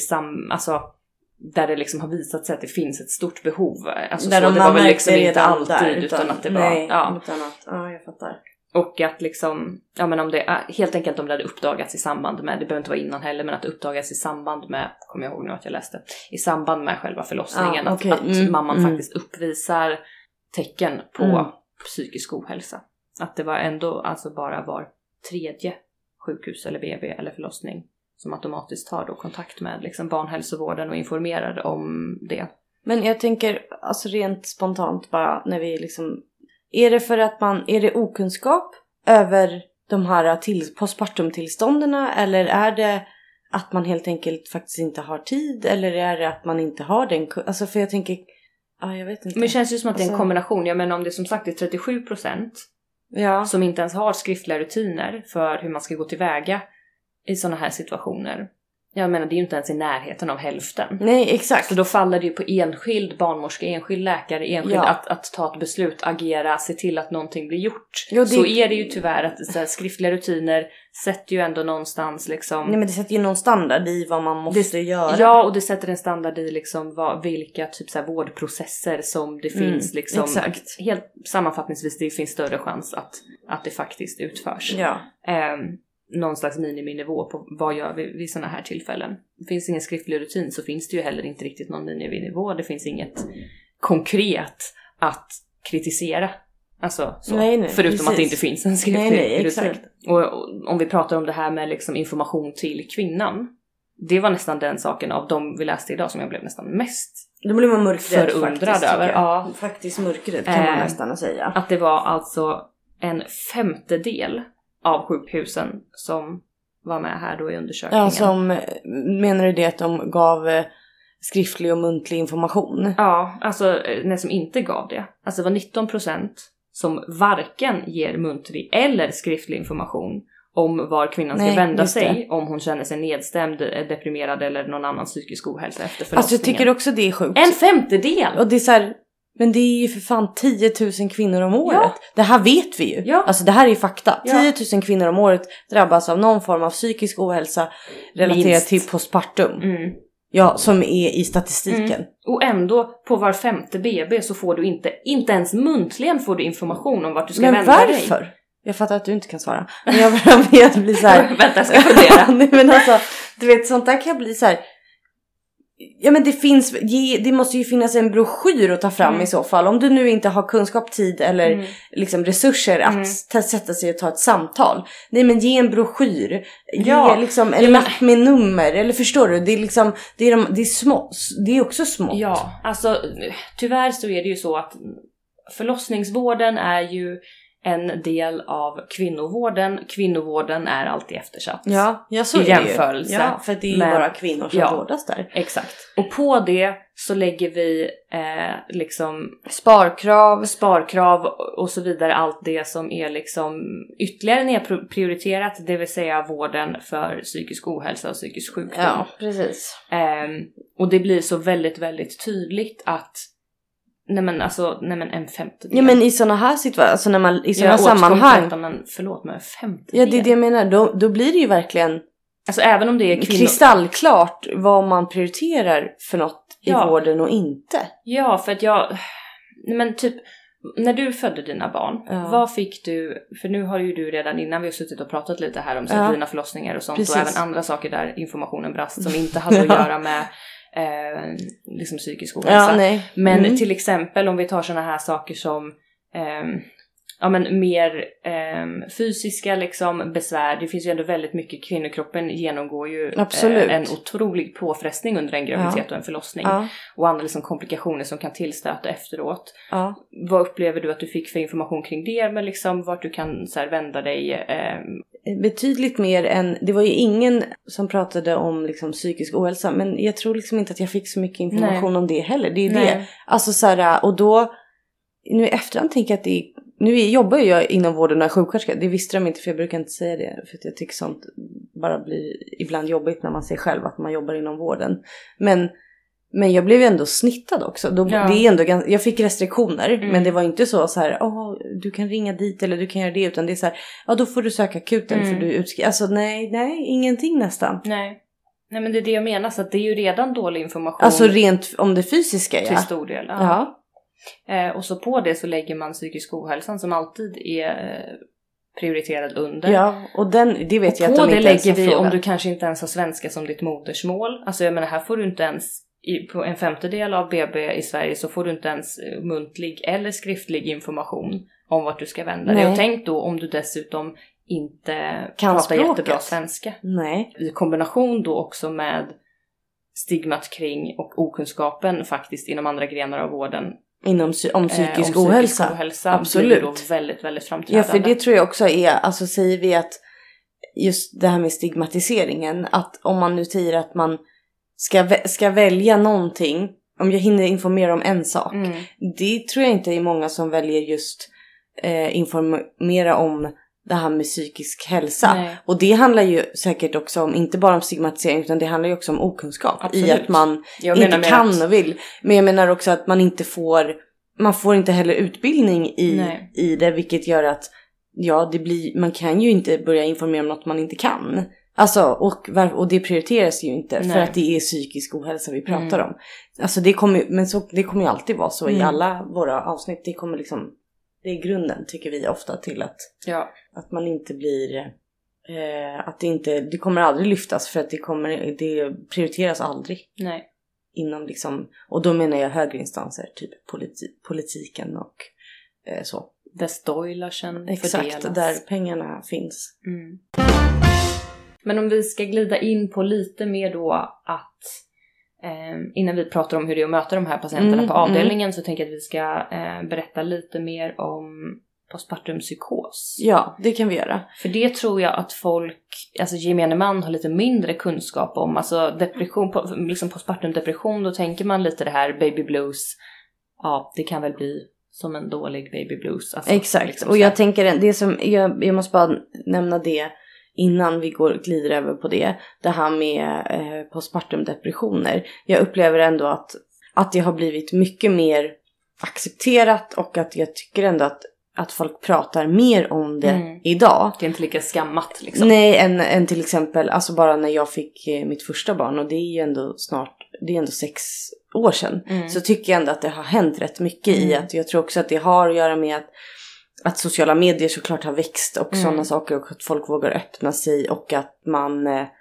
där det liksom har visat sig att det finns ett stort behov. Alltså där så, det var väl liksom inte alltid där, utan att det nej, var... utan att, ja, jag fattar. Och att liksom, ja men om det helt enkelt om det hade uppdagats i samband med, det behöver inte vara innan heller, men att det uppdagats i samband med, kommer jag ihåg nu att jag läste, i samband med själva förlossningen, att mamman faktiskt uppvisar tecken på psykisk ohälsa. Att det var ändå alltså bara var 3:e sjukhus eller BB eller förlossning som automatiskt tar då kontakt med liksom barnhälsovården och informerar om det. Men jag tänker, alltså rent spontant bara, när vi liksom, är det för att är det okunskap över de här postpartumtillstånderna, eller är det att man helt enkelt faktiskt inte har tid, eller är det att man inte har den, alltså för jag tänker, jag vet inte. Men det känns ju som att det är en kombination. Jag menar, om det som sagt är 37% som inte ens har skriftliga rutiner för hur man ska gå tillväga i sådana här situationer. Jag menar, det är ju inte ens i närheten av hälften. Nej, exakt. Så då faller det ju på enskild barnmorska, enskild läkare, att ta ett beslut, agera, se till att någonting blir gjort. Så är det ju tyvärr att så här, skriftliga rutiner sätter ju ändå någonstans liksom... Nej, men det sätter ju någon standard i vad man måste göra. Ja, och det sätter en standard i liksom vilka typ så här vårdprocesser som det finns liksom. Exakt. Helt sammanfattningsvis, det finns större chans att det faktiskt utförs. Ja. Någon slags miniminivå på vad gör vi vid sådana här tillfällen. Det finns ingen skriftlig rutin, så finns det ju heller inte riktigt någon miniminivå. Det finns inget konkret att kritisera. Alltså så. Nej, förutom precis. Att det inte finns en skriftlig rutin. Exakt. Och om vi pratar om det här med liksom information till kvinnan. Det var nästan den saken av de vi läste idag som jag blev nästan mest förundrad över. Ja, faktiskt mörkrädd kan man nästan säga. Att det var alltså 1/5 av sjukhusen som var med här då i undersökningen. Ja, menar du det att de gav skriftlig och muntlig information? Ja, alltså som inte gav det. Alltså det var 19% som varken ger muntlig eller skriftlig information om var kvinnan ska vända sig om hon känner sig nedstämd, deprimerad eller någon annan psykisk ohälsa efter förlossningen. Alltså jag tycker också det är sjukt. 1/5! Och det är så här, men det är ju för fan 10 000 kvinnor om året. Ja. Det här vet vi ju. Ja. Alltså det här är ju fakta. 10 000 kvinnor om året drabbas av någon form av psykisk ohälsa relaterat till postpartum. Ja, som är i statistiken. Och ändå på var 5:e BB så får du inte ens muntligen får du information om vart du ska vända dig. Men varför? Jag fattar att du inte kan svara. Men jag blir så här. Vänta, jag ska fundera. Nej, men alltså, du vet, sånt där kan bli så här. Ja, men det måste ju finnas en broschyr att ta fram i så fall. Om du nu inte har kunskap, tid eller liksom resurser att sätta sig och ta ett samtal. Nej, men ge en broschyr. Ge liksom en lapp med nummer. Eller förstår du? Det är liksom, det är små. Det är också smått. Ja, alltså tyvärr så är det ju så att förlossningsvården är ju en del av kvinnovården. Kvinnovården är alltid eftersatt. Ja, så i jämförelse. Ja, för det är ju bara kvinnor som vårdas där. Exakt. Och på det så lägger vi liksom sparkrav och så vidare. Allt det som är liksom ytterligare nedprioriterat. Det vill säga vården för psykisk ohälsa och psykisk sjukdom. Ja, precis. Och det blir så väldigt, väldigt tydligt att Nej men 1/5. Ja, men i såna här situationer, alltså när man i såna sammanhang. Men förlåt, men 50. Ja, det är det jag menar. Då blir det ju verkligen Alltså även om det är kristallklart vad man prioriterar för något i vården och inte. Ja, för att men typ när du födde dina barn, vad fick du, för nu har ju du redan innan vi har suttit och pratat lite här om dina förlossningar och sånt. Precis. Och även andra saker där informationen brast som inte hade att göra med liksom psykisk ohälsa. Men till exempel om vi tar såna här saker som mer fysiska liksom besvär. Det finns ju ändå väldigt mycket, kvinnokroppen genomgår ju en otrolig påfrestning under en graviditet och en förlossning. Och andra liksom komplikationer som kan tillstöta efteråt. Vad upplever du att du fick för information kring det, men liksom vart du kan så här vända dig? Betydligt mer än, det var ju ingen som pratade om liksom psykisk ohälsa, men jag tror liksom inte att jag fick så mycket information om det heller. Det är det. Alltså så här, och då nu i efterhand tänker jag att nu jobbar jag inom vården och är sjuksköterska. Det visste de inte, för jag brukar inte säga det. För att jag tycker sånt bara blir ibland jobbigt när man ser själv att man jobbar inom vården. Men jag blev ändå snittad också. Det är ändå, jag fick restriktioner. Men det var inte så här, du kan ringa dit eller du kan göra det. Utan det är så här, då får du söka akuten för du är utskriven. Alltså nej, ingenting nästan. Nej, men det är det jag menar. Så att det är ju redan dålig information. Alltså rent om det fysiska, till stor del, ja. Och så på det så lägger man psykisk ohälsan som alltid är prioriterad under. Ja, och det vet jag att de inte lägger vi frågat. Om du kanske inte ens har svenska som ditt modersmål. Alltså jag menar, här får du inte ens på en 1/5 av BB i Sverige så får du inte ens muntlig eller skriftlig information om vart du ska vända dig. Och tänk då om du dessutom inte kan prata jättebra svenska. Nej. I kombination då också med stigmat kring och okunskapen faktiskt inom andra grenar av vården. Om psykisk ohälsa. Absolut. Blir då väldigt, väldigt framträdande. Ja, för det tror jag också är, alltså säger vi att just det här med stigmatiseringen, att om man nu säger att man ska välja någonting, om jag hinner informera om en sak, det tror jag inte är många som väljer just informera om det här med psykisk hälsa. Nej. Och det handlar ju säkert också om, inte bara om stigmatisering, utan det handlar ju också om okunskap. Absolut. I att man inte kan och vill. Men jag menar också att man får inte heller utbildning i det, vilket gör att man kan ju inte börja informera om något man inte kan. Alltså, och det prioriteras ju inte. Nej. För att det är psykisk ohälsa vi pratar om. Alltså det kommer ju alltid vara så i alla våra avsnitt. Det kommer liksom, det är grunden, tycker vi ofta, till att man inte blir att det kommer aldrig lyftas, för att det prioriteras aldrig. Nej. Inom liksom, och då menar jag högre instanser, typ politiken och så. Där stoilarsen fördelas. Exakt, där pengarna finns. Men om vi ska glida in på lite mer då att innan vi pratar om hur det är att möta de här patienterna på avdelningen, så tänker jag att vi ska berätta lite mer om postpartum psykos. Ja, det kan vi göra. För det tror jag att folk, alltså gemene man, har lite mindre kunskap om. Alltså depression, liksom postpartum depression, då tänker man lite det här baby blues. Ja, det kan väl bli som en dålig baby blues. Alltså, exakt, liksom, och jag tänker det som, jag måste bara nämna det innan vi glider över på det här med postpartum depressioner. Jag upplever ändå att det har blivit mycket mer accepterat, och att jag tycker ändå att folk pratar mer om det idag. Det är inte lika skammat liksom. Nej, än till exempel, alltså bara när jag fick mitt första barn, och det är ju ändå det är ändå 6 år sedan. Så tycker jag ändå att det har hänt rätt mycket i att, jag tror också att det har att göra med att sociala medier såklart har växt och sådana saker, och att folk vågar öppna sig, och att man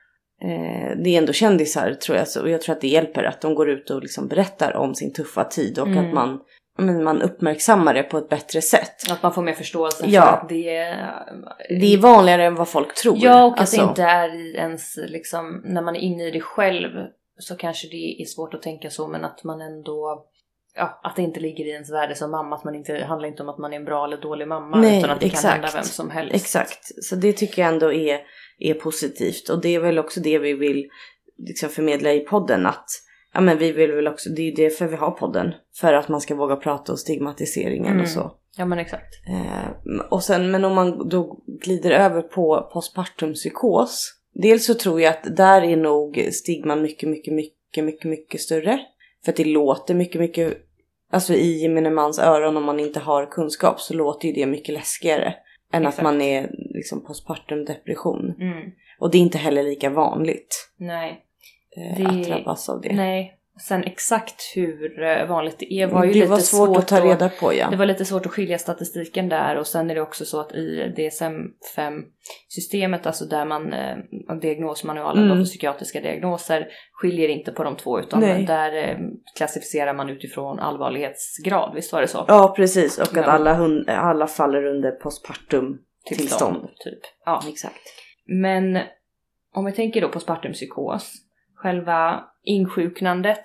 det är ändå kändisar, tror jag, och jag tror att det hjälper att de går ut och liksom berättar om sin tuffa tid, och att man uppmärksammar det på ett bättre sätt. Att man får mer förståelse för att det är vanligare än vad folk tror. Ja, och alltså, att det inte är ens liksom, när man är inne i det själv så kanske det är svårt att tänka så, men att man ändå, att det inte ligger i ens värde som mamma, att man inte, handlar inte om att man är en bra eller dålig mamma. Nej, utan att det kan hända vem som helst. Exakt, så det tycker jag ändå är positivt, och det är väl också det vi vill liksom förmedla i podden, att men vi vill väl också, det är det för vi har podden, för att man ska våga prata om stigmatiseringen och så. Ja, men exakt. Och sen, men om man då glider över på postpartum psykos, dels så tror jag att där är nog stigman mycket större, för att det låter mycket, alltså i gemene mans öron, om man inte har kunskap, så låter ju det mycket läskigare än att man är liksom postpartum depression. Och det är inte heller lika vanligt. Nej. Att drabbas av det. Nej. Sen exakt hur vanligt det är var ju det var lite svårt att ta reda på, ja. Det var lite svårt att skilja statistiken där, och sen är det också så att i DSM-5-systemet, alltså där man diagnosmanualen för psykiatriska diagnoser, skiljer inte på de två, utan där klassificerar man utifrån allvarlighetsgrad, visst var det så? Ja, precis, och att alla faller under postpartum tillstånd typ. Ja, exakt. Men om vi tänker då postpartumpsykos, själva insjuknandet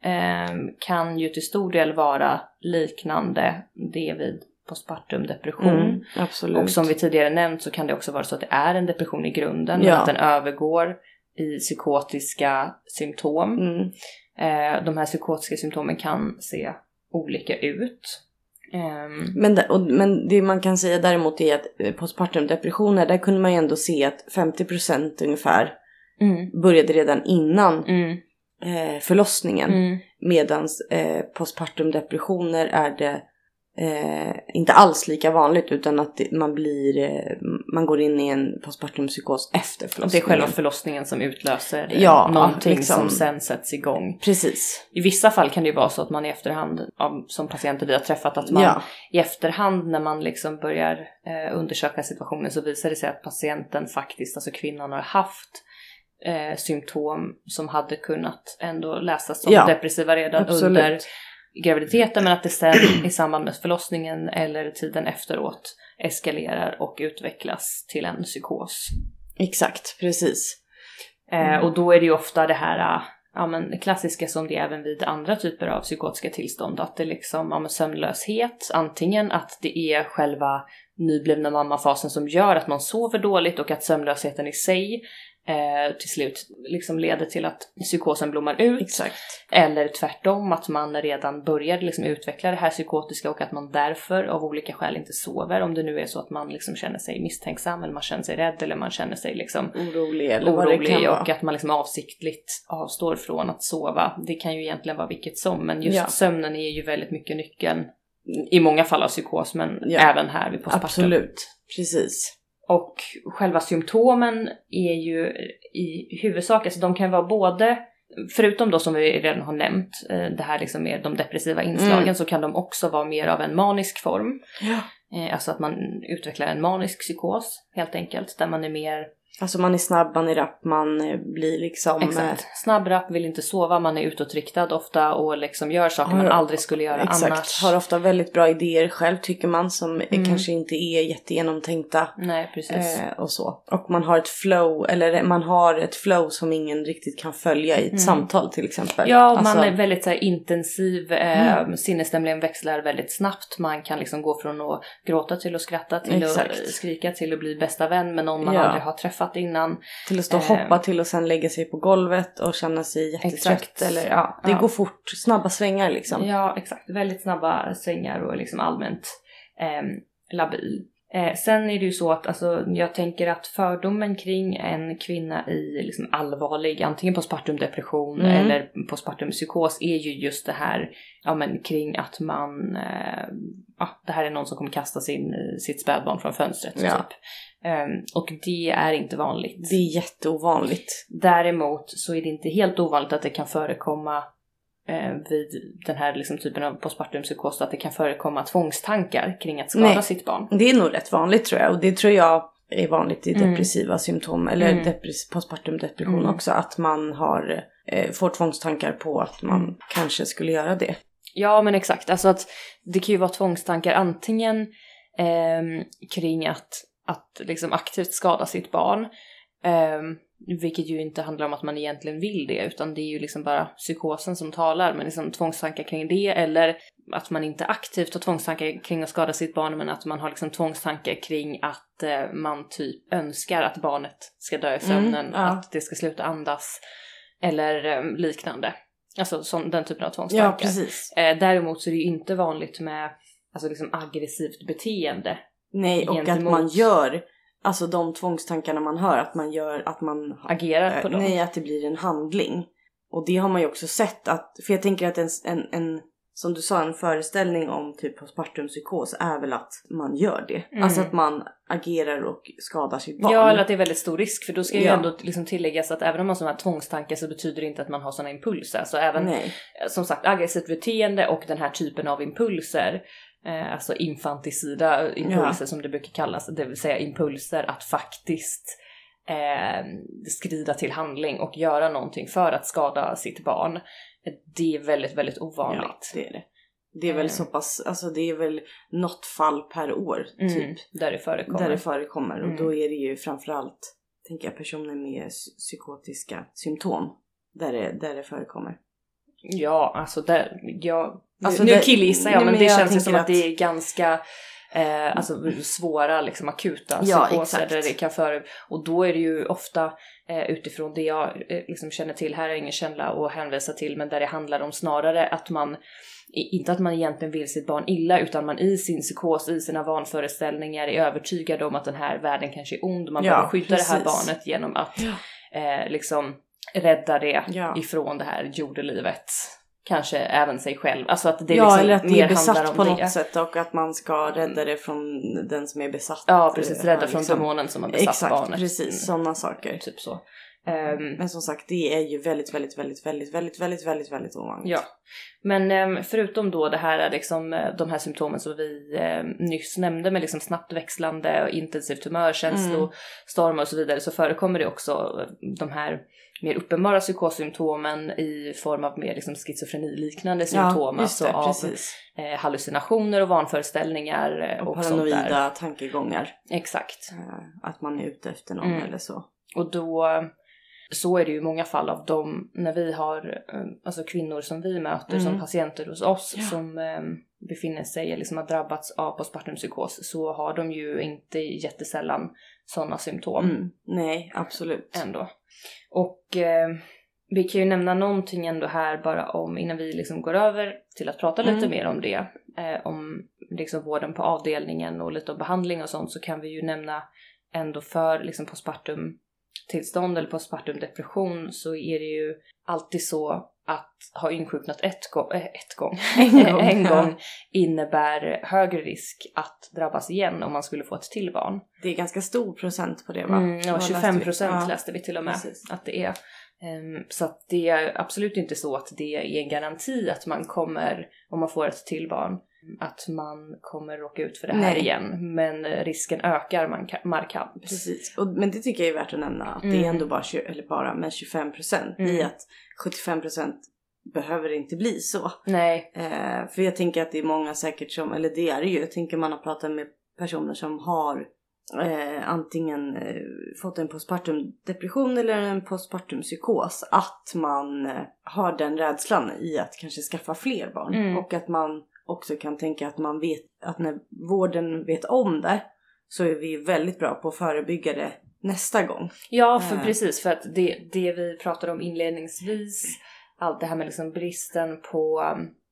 kan ju till stor del vara liknande det vid postpartumdepression. Absolut. Och som vi tidigare nämnt så kan det också vara så att det är en depression i grunden, men att den övergår i psykotiska symptom. De här psykotiska symptomen kan se olika ut. Men det man kan säga däremot är att postpartumdepressioner, där kunde man ju ändå se att 50% ungefär började redan innan förlossningen. Medans postpartumdepressioner är det inte alls lika vanligt, utan att man går in i en postpartumpsykos efter förlossningen. Det är själva förlossningen som utlöser någonting som sen sätts igång. Precis. I vissa fall kan det ju vara så att man i efterhand, som patienter vi har träffat, att man i efterhand när man liksom börjar undersöka situationen, så visar det sig att patienten faktiskt, alltså kvinnan, har haft symptom som hade kunnat ändå läsas som depressiva redan under graviditeten, men att det sen i samband med förlossningen eller tiden efteråt eskalerar och utvecklas till en psykos. Exakt, precis. Och då är det ju ofta det här klassiska som det är även vid andra typer av psykotiska tillstånd, att det liksom sömnlöshet, antingen att det är själva nyblivna mammafasen som gör att man sover dåligt och att sömnlösheten i sig till slut liksom leder till att psykosen blommar ut. Exakt. Eller tvärtom, att man redan börjar liksom utveckla det här psykotiska och att man därför av olika skäl inte sover, om det nu är så att man liksom känner sig misstänksam eller man känner sig rädd eller man känner sig liksom orolig och att man liksom avsiktligt avstår från att sova. Det kan ju egentligen vara vilket som, men just sömnen är ju väldigt mycket nyckeln i många fall av psykos, men även här vid postpartum. Absolut, precis. Och själva symptomen är ju i huvudsak, alltså de kan vara både, förutom då som vi redan har nämnt, det här liksom med de depressiva inslagen, så kan de också vara mer av en manisk form. Alltså att man utvecklar en manisk psykos helt enkelt, där man är mer... Alltså man är snabb, man är rapp, man blir liksom... Exakt, snabb, rapp, vill inte sova, man är utåtriktad ofta och liksom gör saker man aldrig skulle göra annars. Har ofta väldigt bra idéer själv, tycker man, som kanske inte är jättegenomtänkta. Nej, precis. Och så. Och man har ett flow som ingen riktigt kan följa i ett samtal till exempel. Ja, alltså... man är väldigt så här, intensiv, sinnesstämningen växlar väldigt snabbt. Man kan liksom gå från att gråta till att skratta, till att skrika, till att bli bästa vän med någon man aldrig har träffat innan. Till att stå och hoppa till och sen lägga sig på golvet och känna sig jättetrött. Eller, det går fort, snabba svängar liksom. Ja, exakt. Väldigt snabba svängar och liksom allmänt labil. Sen är det ju så att jag tänker att fördomen kring en kvinna i liksom allvarlig, antingen postpartumdepression eller postpartumpsykos, är ju just det här kring att man det här är någon som kommer kasta sitt spädbarn från fönstret typ. Och det är inte vanligt. Det är jätteovanligt. Däremot så är det inte helt ovanligt att det kan förekomma vid den här liksom typen av postpartumpsykos, att det kan förekomma tvångstankar kring att skada sitt barn. Det är nog rätt vanligt, tror jag. Och det tror jag är vanligt i depressiva symptom. Eller postpartumdepression också. Att man får tvångstankar på att man kanske skulle göra det. Ja, men exakt. Alltså att det kan ju vara tvångstankar antingen kring att liksom aktivt skada sitt barn. Vilket ju inte handlar om att man egentligen vill det, utan det är ju liksom bara psykosen som talar, men liksom tvångstankar kring det, eller att man inte aktivt har tvångstankar kring att skada sitt barn, men att man har liksom tvångstankar kring att man typ önskar att barnet ska dö i sömnen, att det ska sluta andas eller liknande. Alltså den typen av tvångstankar. Ja, precis. Däremot så är det ju inte vanligt med liksom aggressivt beteende. Nej, och att man gör... Alltså de tvångstankarna man hör, att man agerar på dem. Nej, att det blir en handling. Och det har man ju också sett, för jag tänker att en som du sa, en föreställning om typ postpartumpsykos är väl att man gör det. Alltså att man agerar och skadar sitt barn. Ja, eller att det är väldigt stor risk. För då ska ju ändå liksom tilläggas att även om man har sådana här tvångstankar så betyder det inte att man har sådana impulser. Så även som sagt aggressivt beteende och den här typen av impulser, alltså infanticida impulser som det brukar kallas, det vill säga impulser att faktiskt skrida till handling och göra någonting för att skada sitt barn. Det är väldigt, väldigt ovanligt. Ja, det är det. Det är väl så pass, alltså det är väl något fall per år typ. Där det förekommer. Och då är det ju framförallt, tänker jag, personer med psykotiska symptom där det förekommer. Ja, alltså nu killgissar jag, men det känns ju som att det är ganska alltså svåra liksom akuta psykoser där det kan och då är det ju ofta utifrån det jag liksom känner till, här är ingen källa att hänvisa till, men där det handlar om snarare att man inte att man egentligen vill sitt barn illa, utan man i sin psykos, i sina vanföreställningar är övertygad om att den här världen kanske är ond, man behöver skydda det här barnet genom att liksom rädda det ifrån det här jordelivet. Kanske även sig själv. Alltså att det liksom eller att det är besatt på det. Något sätt, och att man ska rädda det från den som är besatt. Ja, precis. Rädda från demonen som har besatt barnet. Exakt, precis. Sådana saker. Typ så. Men som sagt, det är ju väldigt, väldigt, väldigt, väldigt, väldigt, väldigt, väldigt, väldigt ovanligt. Ja. Men förutom då det här liksom de här symptomen som vi nyss nämnde med liksom snabbt växlande och intensivt humör, känslostormar och så vidare, så förekommer det också de här mer uppenbara psykossymptomen i form av mer liksom schizofreni-liknande symptom, alltså av hallucinationer och vanföreställningar och paranoida tankegångar. Exakt. Att man är ute efter någon eller så. Och då så är det ju många fall av dem när vi har alltså kvinnor som vi möter som patienter hos oss som befinner sig eller liksom har drabbats av postpartumpsykos, så har de ju inte jättesällan sådana symptom. Nej, absolut. Ändå. Och vi kan ju nämna någonting ändå här bara om, innan vi liksom går över till att prata lite mer om det, om liksom vården på avdelningen och lite om behandling och sånt, så kan vi ju nämna ändå för liksom postpartumtillstånd eller postpartumdepression, så är det ju alltid så att ha insjuknat en gång innebär högre risk att drabbas igen om man skulle få ett till barn. Det är ganska stor procent på det, va? Ja, 25% läste vi till och med. Precis. Att det är. Så att det är absolut inte så att det är en garanti att man kommer, om man får ett till barn, att man kommer råka ut för det här igen. Men risken ökar markant. Precis. Men det tycker jag är värt att nämna. Att det är ändå bara 25%. I att 75% behöver inte bli så. Nej. För jag tänker att det är många säkert som, eller det är det ju. Jag tänker man har pratat med personer som har antingen fått en postpartumdepression eller en postpartumpsykos, att man har den rädslan i att kanske skaffa fler barn. Och att man också kan tänka att man vet att när vården vet om det, så är vi väldigt bra på att förebygga det nästa gång. Ja, för precis, för att det vi pratade om inledningsvis, allt det här med liksom bristen på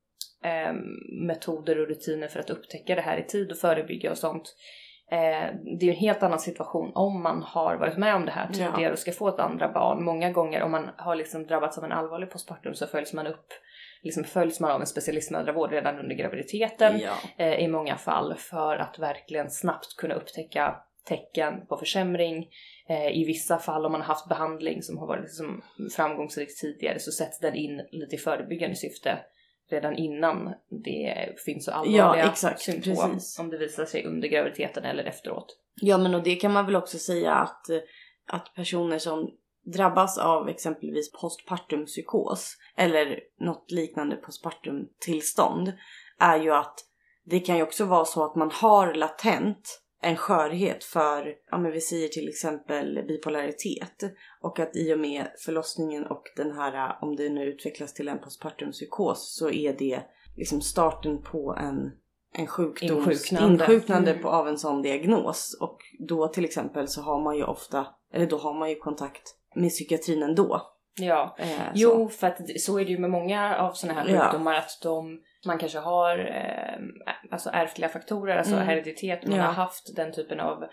metoder och rutiner för att upptäcka det här i tid och förebygga och sånt. Det är en helt annan situation om man har varit med om det här tidigare och ska få ett andra barn. Många gånger om man har liksom drabbats av en allvarlig postpartum, så följs man av en specialistmödravård redan under graviditeten i många fall, för att verkligen snabbt kunna upptäcka tecken på försämring. I vissa fall, om man har haft behandling som har varit liksom framgångsrik tidigare, så sätts den in lite i förebyggande syfte redan innan det finns så allvarliga symptom, precis. Om det visar sig under graviditeten eller efteråt. Ja, men och det kan man väl också säga att personer som drabbas av exempelvis postpartumpsykos eller något liknande postpartumtillstånd, är ju att det kan ju också vara så att man har latent en skörhet för, men vi säger till exempel bipolaritet, och att i och med förlossningen och den här, om det nu utvecklas till en postpartumpsykos, så är det liksom starten på en insjuknande av en sån diagnos. Och då till exempel så har man ju ofta, eller då har man ju kontakt med psykiatrin ändå. Ja, för att så är det ju med många av såna här sjukdomar, att man kanske har alltså ärftliga faktorer, alltså hereditet, man har haft den typen av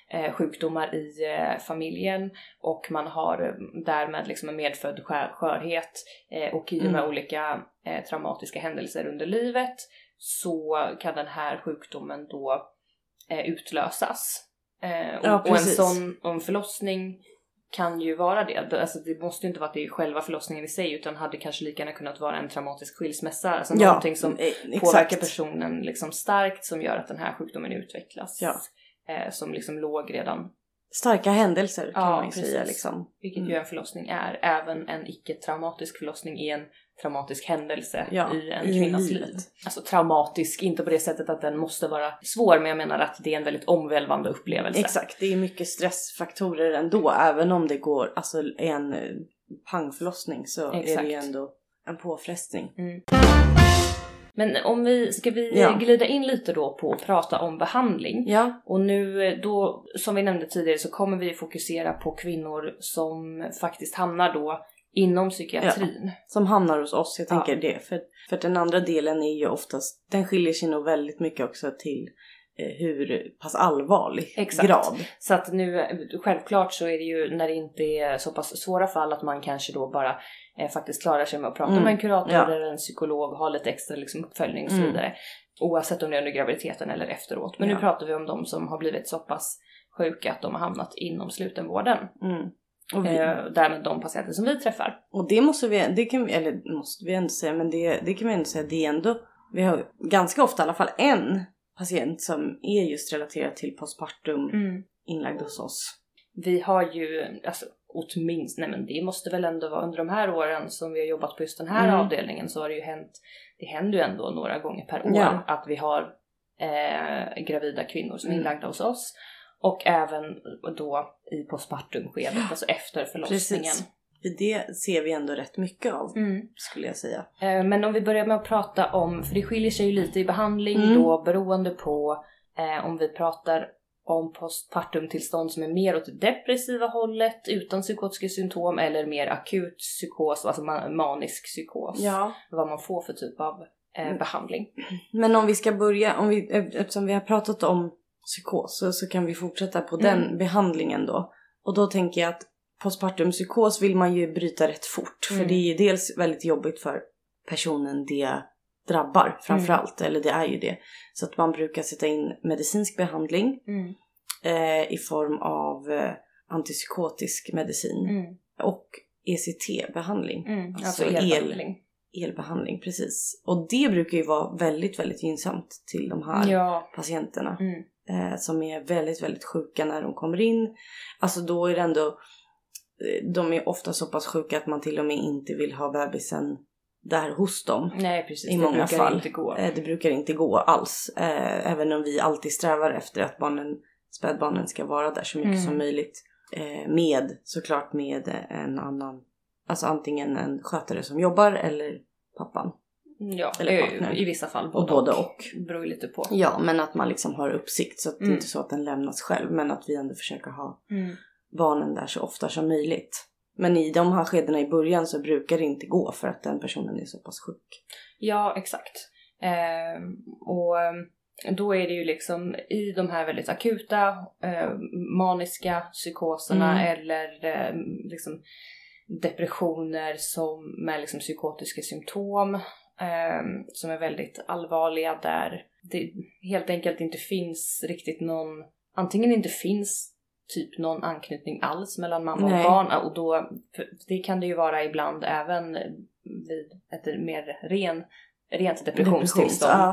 sjukdomar i familjen och man har därmed liksom en medfödd skörhet och i och med olika traumatiska händelser under livet så kan den här sjukdomen då utlösas. Och en förlossning kan ju vara det. Alltså det måste ju inte vara att det är själva förlossningen i sig utan hade kanske lika gärna kunnat vara en traumatisk skilsmässa. Alltså någonting som påverkar personen liksom starkt som gör att den här sjukdomen utvecklas. Som liksom låg redan. Starka händelser kan man ju säga liksom. Vilket ju en förlossning är. Även en icke-traumatisk förlossning är en traumatisk händelse i en kvinnas liv. Alltså traumatisk, inte på det sättet att den måste vara svår, men jag menar att det är en väldigt omvälvande upplevelse. Exakt, det är mycket stressfaktorer ändå. Även om det går, alltså en pangförlossning så är det ju ändå en påfrestning. Men ska vi glida in lite då på att prata om behandling. Och nu då, som vi nämnde tidigare, så kommer vi fokusera på kvinnor som faktiskt hamnar då inom psykiatrin. Som hamnar hos oss, jag tänker det. För den andra delen är ju oftast, den skiljer sig nog väldigt mycket också till hur pass allvarlig grad. Så att nu, självklart så är det ju när det inte är så pass svåra fall att man kanske då bara faktiskt klarar sig med att prata med en kurator eller en psykolog, ha lite extra liksom uppföljning och så vidare. Oavsett om det är under graviditeten eller efteråt. Men nu pratar vi om de som har blivit så pass sjuka att de har hamnat inom slutenvården. Och därmed de patienter som vi träffar. Och det måste vi ändå säga, men det kan vi ändå säga, det är ändå, vi har ganska ofta i alla fall en patient som är just relaterad till postpartum inlagd hos oss. Vi har ju, alltså åtminstone, men det måste väl ändå vara under de här åren som vi har jobbat på just den här avdelningen, så har det ju hänt, det händer ju ändå några gånger per år att vi har gravida kvinnor som är inlagda hos oss. Och även då i postpartumskedet, alltså efter förlossningen. Precis. Det ser vi ändå rätt mycket av, skulle jag säga. Men om vi börjar med att prata om, för det skiljer sig ju lite i behandling då beroende på om vi pratar om postpartumtillstånd som är mer åt det depressiva hållet utan psykotiska symptom eller mer akut psykos, alltså manisk psykos. Vad man får för typ av behandling. Men om vi ska börja, eftersom vi har pratat om psykos så kan vi fortsätta på den behandlingen då. Och då tänker jag att postpartumpsykos vill man ju bryta rätt fort. För det är ju dels väldigt jobbigt för personen det drabbar framförallt. Eller det är ju det. Så att man brukar sätta in medicinsk behandling i form av antipsykotisk medicin. Och ECT-behandling. Alltså elbehandling, precis. Och det brukar ju vara väldigt, väldigt gynnsamt till de här patienterna. Som är väldigt, väldigt sjuka när de kommer in. Alltså då är det ändå, de är ofta så pass sjuka att man till och med inte vill ha bebisen där hos dem. Nej, precis. I många fall. Inte gå. Det brukar inte gå alls. Även om vi alltid strävar efter att spädbarnen ska vara där så mycket som möjligt. Såklart med en annan, alltså antingen en skötare som jobbar eller pappan. Ja, eller partner. I vissa fall både och. Beror lite på. Ja, men att man liksom har uppsikt så att det är inte så att den lämnas själv. Men att vi ändå försöker ha barnen där så ofta som möjligt. Men i de här skedena i början så brukar det inte gå för att den personen är så pass sjuk. Ja, exakt. Och då är det ju liksom i de här väldigt akuta maniska psykoserna eller liksom depressioner som med liksom psykotiska symptom som är väldigt allvarliga, där det helt enkelt inte finns riktigt någon, antingen inte finns typ någon anknytning alls mellan mamma och barn, och då, det kan det ju vara ibland även vid ett mer rent depressionstillstånd.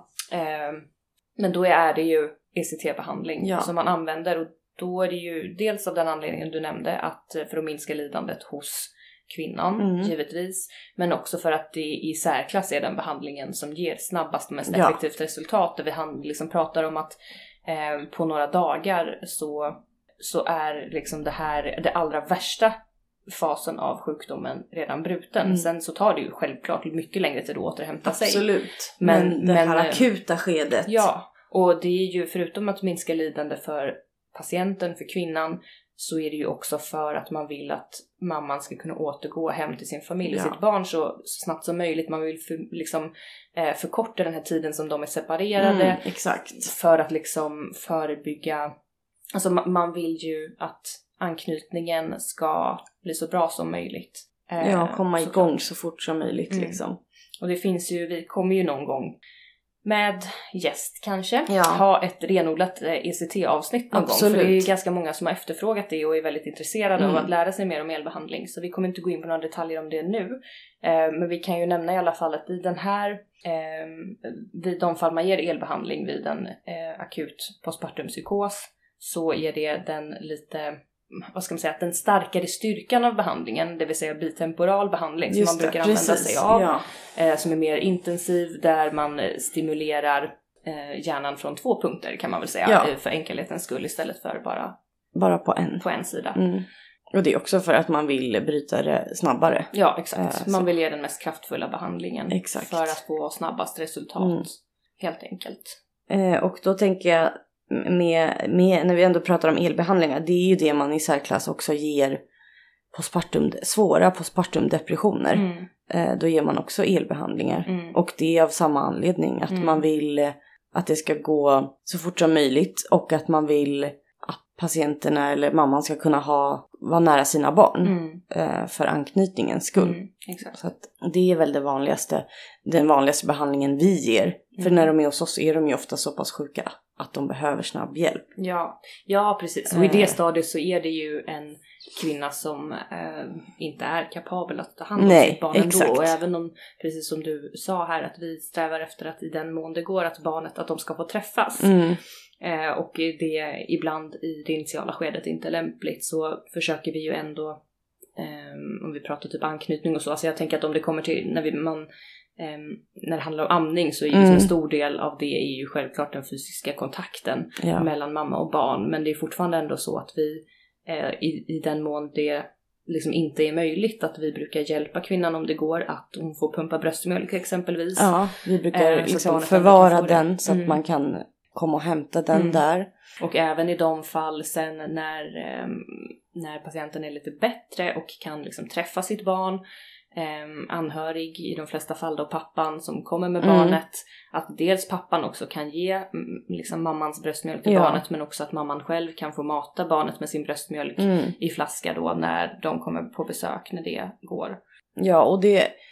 Men då är det ju ECT-behandling som man använder, och då är det ju dels av den anledningen du nämnde, att för att minska lidandet hos kvinnan givetvis, men också för att det i särklass är den behandlingen som ger snabbast och mest effektivt resultat, där vi liksom pratar om att på några dagar så är liksom det allra värsta fasen av sjukdomen redan bruten. Sen så tar det ju självklart mycket längre tid att återhämta sig. Absolut. Men det här akuta skedet. Ja, och det är ju förutom att minska lidande för patienten, för kvinnan, så är det ju också för att man vill att mamman ska kunna återgå hem till sin familj och sitt barn så snabbt som möjligt. Man vill förkorta den här tiden som de är separerade. Exakt. För att liksom förebygga alltså man vill ju att anknytningen ska bli så bra som möjligt. Ja, komma igång så fort som möjligt liksom. Och det finns ju, vi kommer ju någon gång med gäst kanske ha ett renodlat ECT-avsnitt någon gång. För det är ju ganska många som har efterfrågat det och är väldigt intresserade av att lära sig mer om elbehandling. Så vi kommer inte gå in på några detaljer om det nu. Men vi kan ju nämna i alla fall att i den här, vid de fall man ger elbehandling vid en akut postpartumpsykos, så är det den lite, vad ska man säga, den starkare styrkan av behandlingen, det vill säga bitemporal behandling som man brukar använda sig av, som är mer intensiv, där man stimulerar hjärnan från 2 punkter kan man väl säga, för enkelhetens skull, istället för bara på en sida. Och det är också för att man vill bryta det snabbare. Ja, exakt. Man vill ge den mest kraftfulla behandlingen för att få snabbast resultat, helt enkelt. Och då tänker jag, med när vi ändå pratar om elbehandlingar, det är ju det man i särklass också ger svåra postpartumdepressioner. Då ger man också elbehandlingar. Och det är av samma anledning, att man vill att det ska gå så fort som möjligt, och att man vill att patienterna eller mamman ska kunna vara nära sina barn för anknytningens skull. Exakt. Så att det är väl den vanligaste behandlingen vi ger. För när de är hos oss är de ju ofta så pass sjuka att de behöver snabb hjälp. Ja, precis. Och i det stadiet så är det ju en kvinna som inte är kapabel att ta hand om sitt barn ändå. Och även om, precis som du sa här, att vi strävar efter att i den mån det går att de ska få träffas. Och det ibland i det initiala skedet inte är lämpligt, så försöker vi ju ändå, om vi pratar typ anknytning och så. Alltså jag tänker att om det kommer till, när det handlar om amning, så är ju en stor del av det är ju självklart den fysiska kontakten mellan mamma och barn. Men det är fortfarande ändå så att vi i den mån det liksom inte är möjligt, att vi brukar hjälpa kvinnan om det går att hon får pumpa bröstmjölk exempelvis. Ja, vi brukar liksom förvara den så att man kan komma och hämta den där. Och även i de fall sen när patienten är lite bättre och kan liksom träffa sitt barn, anhörig, i de flesta fall då pappan som kommer med barnet, att dels pappan också kan ge liksom mammans bröstmjölk till barnet, men också att mamman själv kan få mata barnet med sin bröstmjölk i flaska då när de kommer på besök, när det går. Ja, och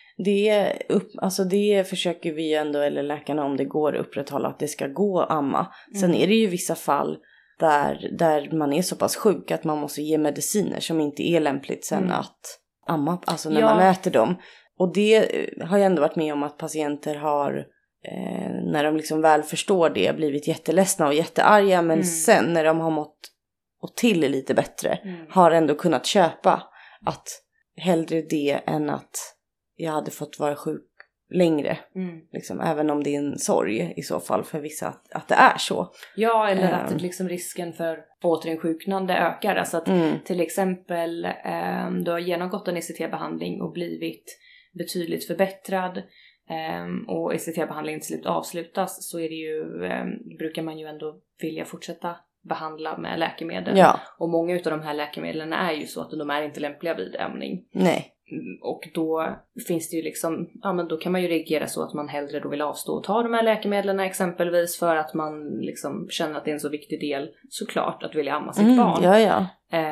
det försöker vi ändå, eller läkarna om det går, upprätthålla att det ska gå att amma. Sen är det ju vissa fall där man är så pass sjuk att man måste ge mediciner som inte är lämpligt sen att amma, alltså när man äter dem. Och det har jag ändå varit med om att patienter har, när de liksom väl förstår det, blivit jätteledsna och jättearga, men sen när de har mått och till lite bättre har ändå kunnat köpa att hellre det än att jag hade fått vara sjuk längre. Liksom, även om det är en sorg i så fall för vissa att det är så. Ja, eller att liksom risken för återinsjuknande ökar. Alltså att till exempel du har genomgått en ECT-behandling och blivit betydligt förbättrad, och ECT-behandlingen till slut avslutas, så är det ju, brukar man ju ändå vilja fortsätta behandla med läkemedel. Ja. Och många av de här läkemedlen är ju så att de är inte lämpliga vid amning. Nej. Och då finns det ju liksom, men då kan man ju reagera så att man hellre då vill avstå och ta de här läkemedlen exempelvis, för att man liksom känner att det är en så viktig del, såklart, att vilja amma sitt barn. Ja.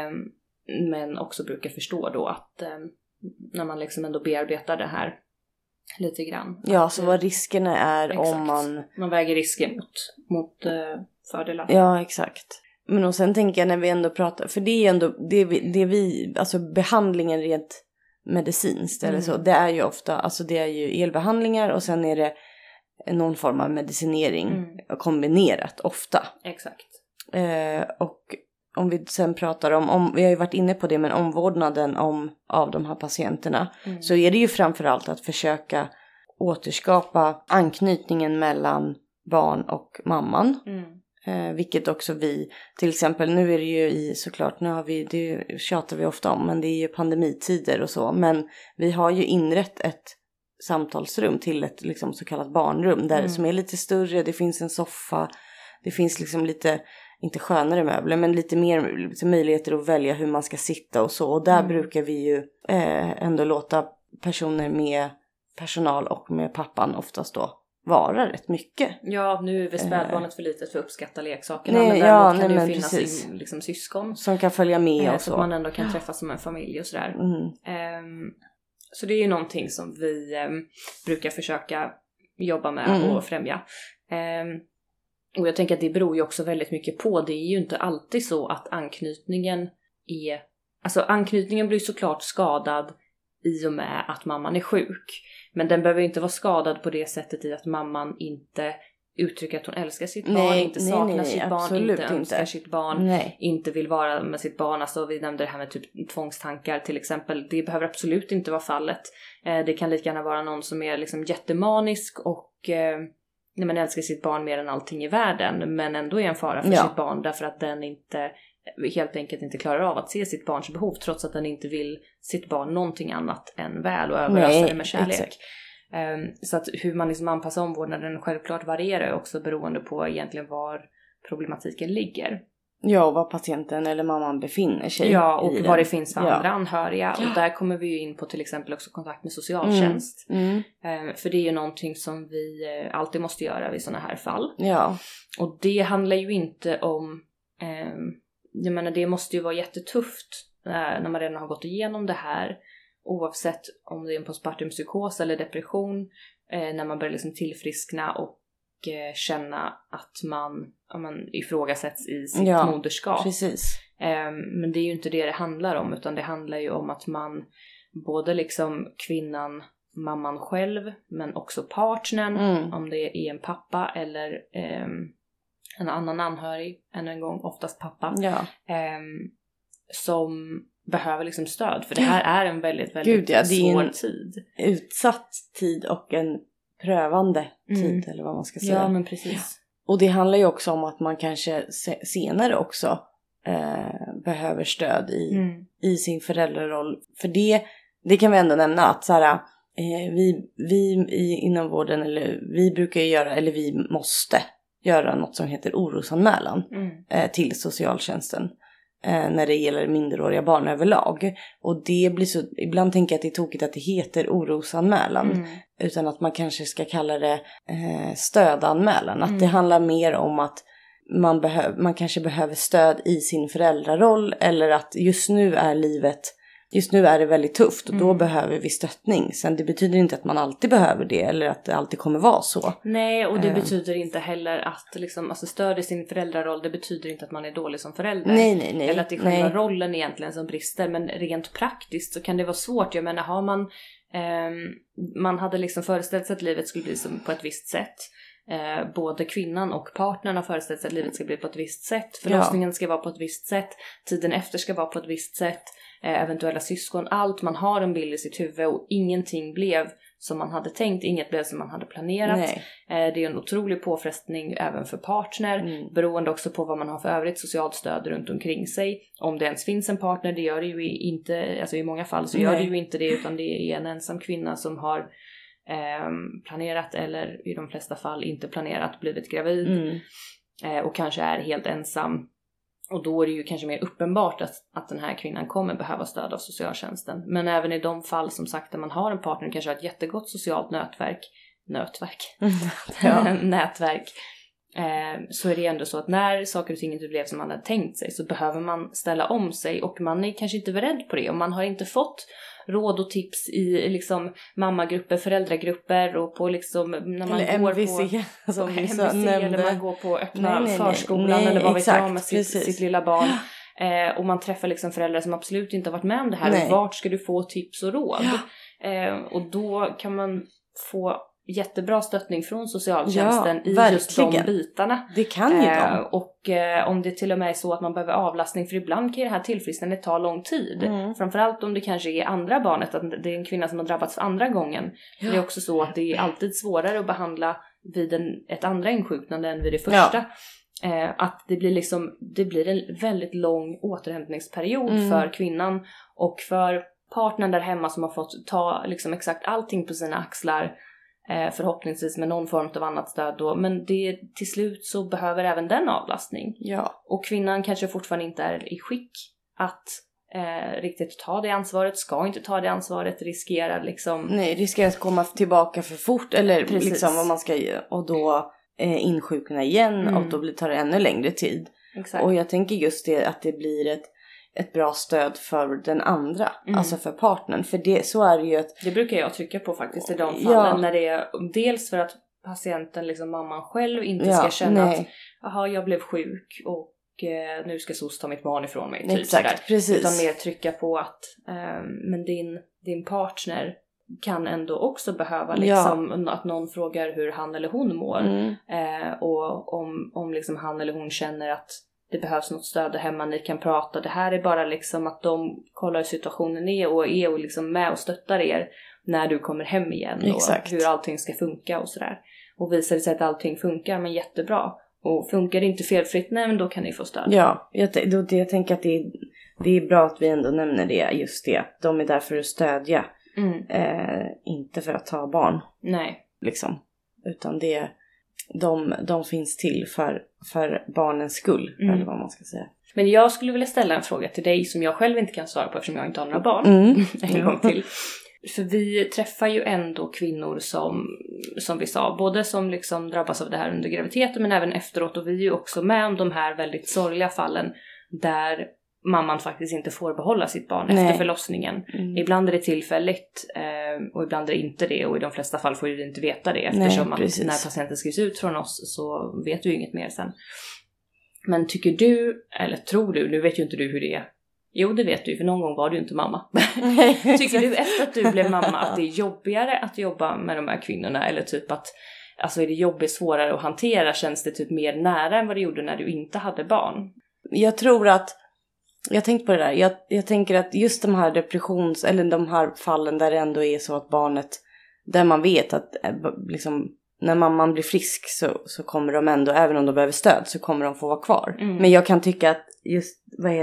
Men också brukar förstå då att när man liksom ändå bearbetar det här lite grann. Ja, så vad riskerna är. Exakt. Om man väger risker mot fördelar. Ja, exakt. Men och sen tänker jag när vi ändå pratar, för det är ändå det vi, alltså behandlingen rent medicinskt eller så, det är ju ofta, alltså det är ju elbehandlingar och sen är det någon form av medicinering kombinerat ofta. Exakt. Och om vi sen pratar om vi har ju varit inne på det, men omvårdnaden av de här patienterna, så är det ju framförallt att försöka återskapa anknytningen mellan barn och mamman. Vilket också vi, till exempel nu är det ju såklart, det tjatar vi ofta om, men det är ju pandemitider och så, men vi har ju inrett ett samtalsrum till ett liksom så kallat barnrum där som är lite större, det finns en soffa, det finns liksom lite, inte skönare möbler, men lite mer möjligheter att välja hur man ska sitta och så, och där brukar vi ju ändå låta personer med personal och med pappan oftast då vara rätt mycket. Ja, nu är väl spädbarnet för litet för att uppskatta leksakerna. Men däremot kan det ju finnas liksom syskon. Som kan följa med och så. Så att man ändå kan träffas som en familj och sådär. Så det är ju någonting som vi brukar försöka jobba med och främja. Och jag tänker att det beror ju också väldigt mycket på. Det är ju inte alltid så att anknytningen är... Alltså anknytningen blir såklart skadad i och med att mamman är sjuk. Men den behöver inte vara skadad på det sättet i att mamman inte uttrycker att hon älskar sitt barn, inte saknar sitt barn, inte önskar sitt barn, inte vill vara med sitt barn. Alltså vi nämnde det här med typ tvångstankar till exempel. Det behöver absolut inte vara fallet. Det kan lika gärna vara någon som är liksom jättemanisk och när man älskar sitt barn mer än allting i världen, men ändå är en fara för sitt barn därför att den inte helt enkelt inte klarar av att se sitt barns behov, trots att den inte vill sitt barn någonting annat än väl och överraska det med kärlek. Så att hur man liksom anpassar omvårdnaden självklart varierar också beroende på egentligen var problematiken ligger. Ja, och var patienten eller mamman befinner sig. Ja, och vad det finns för andra anhöriga. Och där kommer vi ju in på till exempel också kontakt med socialtjänst. För det är ju någonting som vi alltid måste göra vid sådana här fall. Ja. Och det handlar ju inte om... jag menar, det måste ju vara jättetufft när man redan har gått igenom det här. Oavsett om det är en postpartumpsykos eller depression. När man börjar liksom tillfriskna och känna att man ifrågasätts i sitt moderskap. Precis. Men det är ju inte det handlar om, utan det handlar ju om att man både liksom kvinnan, mamman själv, men också partnern, om det är en pappa eller en annan anhörig, än en gång oftast pappa, som behöver liksom stöd, för det här är en väldigt, väldigt svår tid. Utsatt tid och en prövande tid, eller vad man ska säga. Ja, men precis. Och det handlar ju också om att man kanske senare också behöver stöd i sin föräldraroll. För det kan vi ändå nämna att så här, vi inom vården, eller vi brukar göra, eller vi måste göra något som heter orosanmälan till socialtjänsten. När det gäller minderåriga barn överlag. Och det blir så, ibland tänker jag att det är tokigt att det heter orosanmälan. Utan att man kanske ska kalla det stödanmälan. Att det handlar mer om att man kanske behöver stöd i sin föräldraroll. Eller att just nu är det väldigt tufft och då behöver vi stöttning. Sen det betyder inte att man alltid behöver det eller att det alltid kommer vara så. Nej, och det betyder inte heller att liksom, alltså stöd i sin föräldraroll, det betyder inte att man är dålig som förälder. Nej. Eller att det är själva rollen egentligen som brister. Men rent praktiskt så kan det vara svårt. Jag menar, har man hade liksom föreställt sig att livet skulle bli som på ett visst sätt. Både kvinnan och partnern har föreställt sig att livet ska bli på ett visst sätt. Förlossningen ska vara på ett visst sätt. Tiden efter ska vara på ett visst sätt. Eventuella syskon, allt, man har en bild i sitt huvud och ingenting blev som man hade tänkt, inget blev som man hade planerat. Det är en otrolig påfrestning även för partner, beroende också på vad man har för övrigt socialt stöd runt omkring sig. Om det ens finns en partner, det gör det ju inte, alltså i många fall så gör det ju inte det, utan det är en ensam kvinna som har planerat, eller i de flesta fall inte planerat, blivit gravid och kanske är helt ensam. Och då är det ju kanske mer uppenbart att den här kvinnan kommer behöva stöd av socialtjänsten. Men även i de fall som sagt där man har en partner, kanske har ett jättegott socialt nätverk, så är det ändå så att när saker och ting inte blev som man hade tänkt sig, så behöver man ställa om sig. Och man är kanske inte beredd på det, och man har inte fått råd och tips i liksom mammagrupper, föräldragrupper och på liksom när man eller går MVC, på som MVC eller man går på öppna förskolan eller vad vet jag med sitt lilla barn. Och man träffar liksom föräldrar som absolut inte har varit med om det här. Och vart ska du få tips och råd? Och då kan man få jättebra stöttning från socialtjänsten i verkligen. Just de bitarna. Det kan ju de. Och om det till och med är så att man behöver avlastning, för ibland kan det här tillfrisknandet ta lång tid. Framförallt om det kanske är andra barnet, att det är en kvinna som har drabbats för andra gången. Det är också så att det är alltid svårare att behandla vid ett andra insjuknande än vid det första. Att det blir en väldigt lång återhämtningsperiod för kvinnan och för partnern där hemma, som har fått ta liksom exakt allting på sina axlar. Förhoppningsvis med någon form av annat stöd då. Men till slut så behöver även den avlastning. Och kvinnan kanske fortfarande inte är i skick att riktigt ta det ansvaret, ska inte ta det ansvaret, riskerar liksom... Nej, riskerar att komma tillbaka för fort eller liksom vad man ska göra. Och då insjukna igen och då tar det ännu längre tid. Exakt. Och jag tänker just det att det blir ett bra stöd för den andra, alltså för partnern. För det, så är det ju att... Det brukar jag trycka på faktiskt i de fallen när det är dels för att patienten, liksom mamman själv, inte ska känna att jaha, jag blev sjuk och nu ska SOS ta mitt barn ifrån mig. Typ. Exakt, precis. Utan mer trycka på att men din partner kan ändå också behöva liksom, att någon frågar hur han eller hon mår. Och om liksom han eller hon känner att det behövs något stöd där hemma, ni kan prata. Det här är bara liksom att de kollar hur situationen är och liksom med och stöttar er när du kommer hem igen. Exakt. Och hur allting ska funka och sådär. Och visar det sig att allting funkar, men jättebra. Och funkar det inte felfritt, nej, men då kan ni få stöd. Ja, jag tänker att det är bra att vi ändå nämner det, just det. De är där för att stödja. Inte för att ta barn. Nej. Liksom. Utan de finns till för barnens skull. Eller vad man ska säga. Men jag skulle vilja ställa en fråga till dig som jag själv inte kan svara på eftersom jag inte har några barn. En gång till. För vi träffar ju ändå kvinnor som vi sa, både som liksom drabbas av det här under graviditeten men även efteråt. Och vi är ju också med om de här väldigt sorgliga fallen där mamman faktiskt inte får behålla sitt barn efter förlossningen. Ibland är det tillfälligt och ibland är det inte det. Och i de flesta fall får vi inte veta det eftersom att när patienten skrivs ut från oss så vet du inget mer sen. Men tycker du, eller tror du, nu vet ju inte du hur det är. Jo, det vet du, för någon gång var du inte mamma. Tycker du efter att du blev mamma att det är jobbigare att jobba med de här kvinnorna? Eller typ att, alltså är det jobbigt, svårare att hantera? Känns det typ mer nära än vad det gjorde när du inte hade barn? Jag tror att, jag tänkte på det där. Jag tänker att just de här eller de här fallen där det ändå är så att barnet, där man vet att liksom, när mamman blir frisk så kommer de ändå, även om de behöver stöd, så kommer de få vara kvar. Men jag kan tycka att just,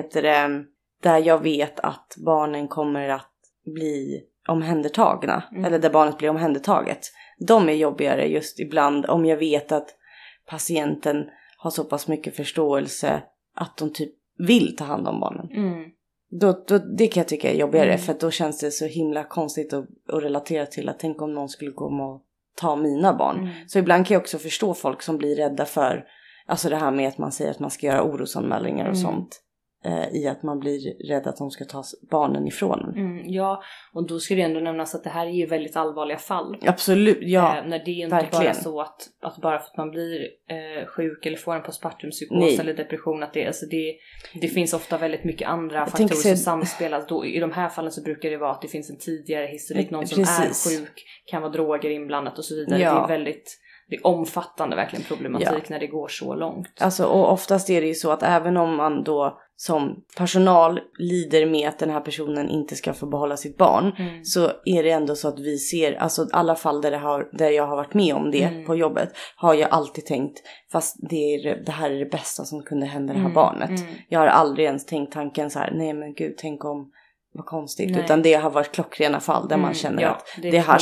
där jag vet att barnen kommer att bli omhändertagna. Eller där barnet blir omhändertaget. De är jobbigare just ibland om jag vet att patienten har så pass mycket förståelse att de typ vill ta hand om barnen. Då, det kan jag tycka är jobbigare. För att då känns det så himla konstigt att relatera till att tänk om någon skulle komma och ta mina barn. Så ibland kan jag också förstå folk som blir rädda för, alltså det här med att man säger att man ska göra orosanmälningar och sånt. I att man blir rädd att de ska ta barnen ifrån. Ja, och då ska det ändå nämnas att det här är ju väldigt allvarliga fall. Absolut, ja. När det är inte bara så att bara för att man blir sjuk eller får en postpartumpsykos eller depression, att det finns ofta väldigt mycket andra faktorer som samspelas. Då, i de här fallen så brukar det vara att det finns en tidigare historik, någon som är sjuk, kan vara droger inblandat och så vidare. Ja. Det är omfattande verkligen problematik när det går så långt. Alltså, och oftast är det ju så att även om man då som personal lider med att den här personen inte ska få behålla sitt barn, så är det ändå så att vi ser, alltså alla fall där jag har varit med om det på jobbet, har jag alltid tänkt, fast det här är det bästa som kunde hända det här barnet. Jag har aldrig ens tänkt tanken så här, nej men gud, tänk om, vad konstigt. Nej. Utan det har varit klockrena fall där man känner att det här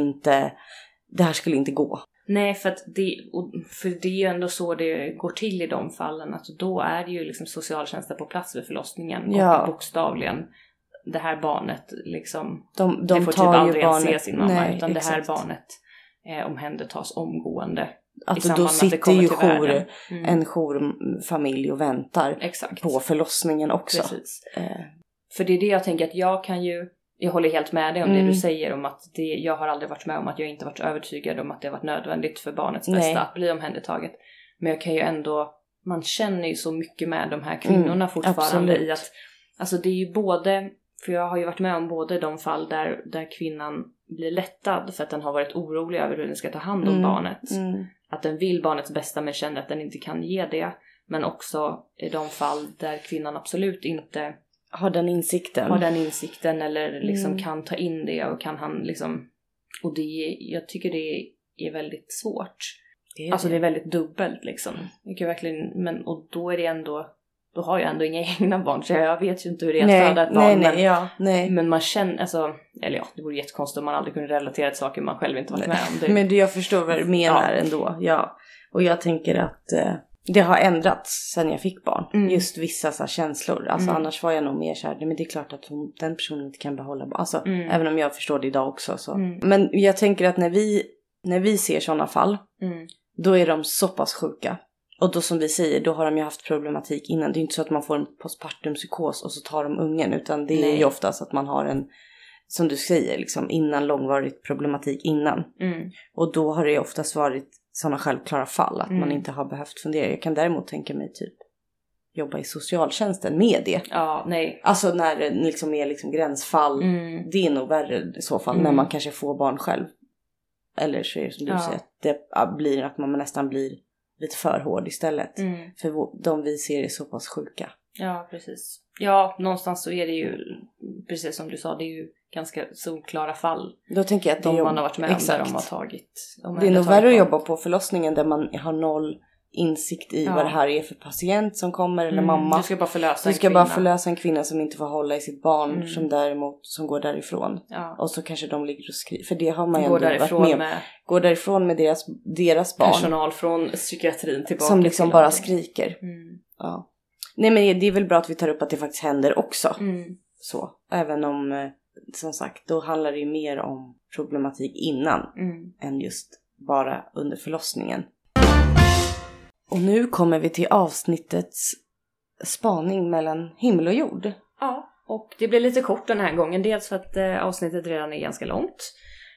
skulle inte gå. Nej, för det är ju ändå så det går till i de fallen. Alltså då är det ju liksom socialtjänsten på plats vid förlossningen. Och bokstavligen det här barnet liksom, de får typ aldrig ens se sin mamma. Nej, utan exakt. Det här barnet omhändertas omgående. Alltså då sitter ju en jourfamilj och väntar på förlossningen också. Precis. För det är det jag tänker att jag håller helt med dig om det du säger om att jag har aldrig varit med om att jag inte varit övertygad om att det har varit nödvändigt för barnets bästa att bli omhändertaget. Men jag kan ju ändå, man känner ju så mycket med de här kvinnorna fortfarande i att, alltså det är ju både, för jag har ju varit med om både de fall där kvinnan blir lättad för att den har varit orolig över hur den ska ta hand om barnet. Att den vill barnets bästa men känner att den inte kan ge det. Men också i de fall där kvinnan absolut inte har den insikten eller liksom kan ta in det och kan han liksom, och jag tycker det är väldigt svårt. Det är väldigt dubbelt liksom. Jag kan verkligen, men och då är det ändå, då har jag ändå inga egna barn så jag vet ju inte hur det är att föda ett barn. Men man känner, alltså, eller det vore jättekonstigt om man aldrig kunde relatera till saker man själv inte varit med om. Men jag förstår vad du menar ändå. Ja. Och jag tänker att Det har ändrats sen jag fick barn. Just vissa så här känslor. Alltså annars var jag nog mer kär. Men det är klart att den personen inte kan behålla barn. Alltså även om jag förstår det idag också. Så. Men jag tänker att när vi ser sådana fall. Då är de så pass sjuka. Och då som vi säger, då har de ju haft problematik innan. Det är inte så att man får en postpartumpsykos och så tar de ungen. Utan det är ju oftast att man har en, som du säger, liksom innan långvarigt problematik innan. Och då har det oftast varit sådana självklara fall. Att man inte har behövt fundera. Jag kan däremot tänka mig typ jobba i socialtjänsten med det. Ja, nej. Alltså när det liksom är liksom gränsfall. Det är nog värre i så fall när man kanske får barn själv. Eller så är det som du säger. Det blir att man nästan blir lite för hård istället. För de vi ser är så pass sjuka. Ja, precis. Ja, någonstans så är det ju, precis som du sa, det är ju ganska solklara fall. Då tänker jag att man har varit med om där de har tagit. Det är nog värre att jobba på förlossningen där man har noll insikt i vad det här är för patient som kommer eller mamma. Du ska bara förlösa en kvinna som inte får hålla i sitt barn som går därifrån. Ja. Och så kanske de ligger och skriver. För det har man ju ändå varit med om. Går därifrån med deras barn. Personal från psykiatrin tillbaka. Som liksom bara skriker. Ja. Nej, men det är väl bra att vi tar upp att det faktiskt händer också. Så. Även om, som sagt, då handlar det ju mer om problematik innan. Än just bara under förlossningen. Och nu kommer vi till avsnittets spaning mellan himmel och jord. Ja, och det blir lite kort den här gången. Dels för att avsnittet redan är ganska långt.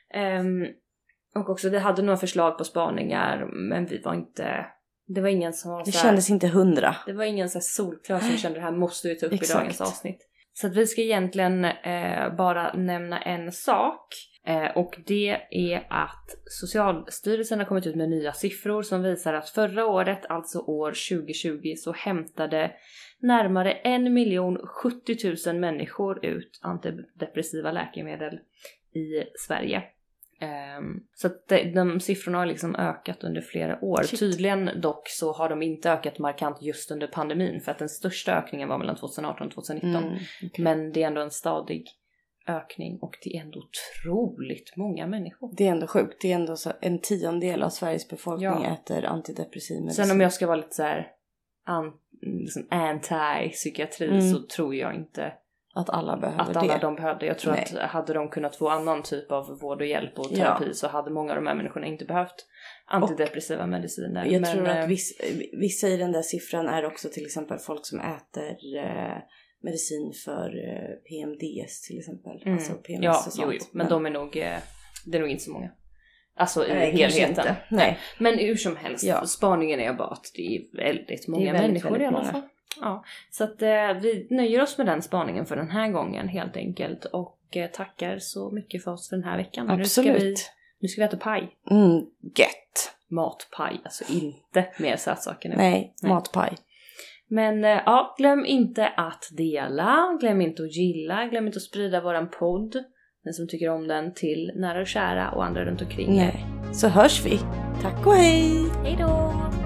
Och också, vi hade några förslag på spaningar, men vi var inte... Det var ingen som var det kändes inte 100. Det var ingen så här solklar som kände det här måste vi ta upp i dagens avsnitt. Så att vi ska egentligen bara nämna en sak. Och det är att Socialstyrelsen har kommit ut med nya siffror som visar att förra året, alltså år 2020, så hämtade närmare 1 070 000 människor ut antidepressiva läkemedel i Sverige. Så att de siffrorna har liksom ökat under flera år. Shit. Tydligen dock så har de inte ökat markant just under pandemin, för att den största ökningen var mellan 2018 och 2019. Okay. Men det är ändå en stadig ökning och det är ändå otroligt många människor. Det är ändå sjukt. Det är ändå så 1/10 av Sveriges befolkning äter antidepressiv medicin. Sen om jag ska vara lite så här liksom anti-psykiatri så tror jag inte att alla behöver att alla de behövde. Jag tror att hade de kunnat få annan typ av vård och hjälp och terapi så hade många av de här människorna inte behövt antidepressiva mediciner. Jag tror att vissa i den där siffran är också till exempel folk som äter medicin för PMDS till exempel. Alltså PMS och sånt. Men de är nog, det är nog inte så många. Alltså i helheten. Nej. Men hur som helst, spaningen är bara att det är väldigt många människor i alla fall. Ja, så att vi nöjer oss med den spaningen för den här gången helt enkelt. Och tackar så mycket för oss för den här veckan. Absolut. Nu ska vi äta paj. Gött. Matpaj, alltså inte mer sötsaker nu. Nej, matpaj. Men glöm inte att dela, glöm inte att gilla, glöm inte att sprida våran podd, den som tycker om den, till nära och kära och andra runt omkring. Nej, så hörs vi. Tack och hej! Hej då!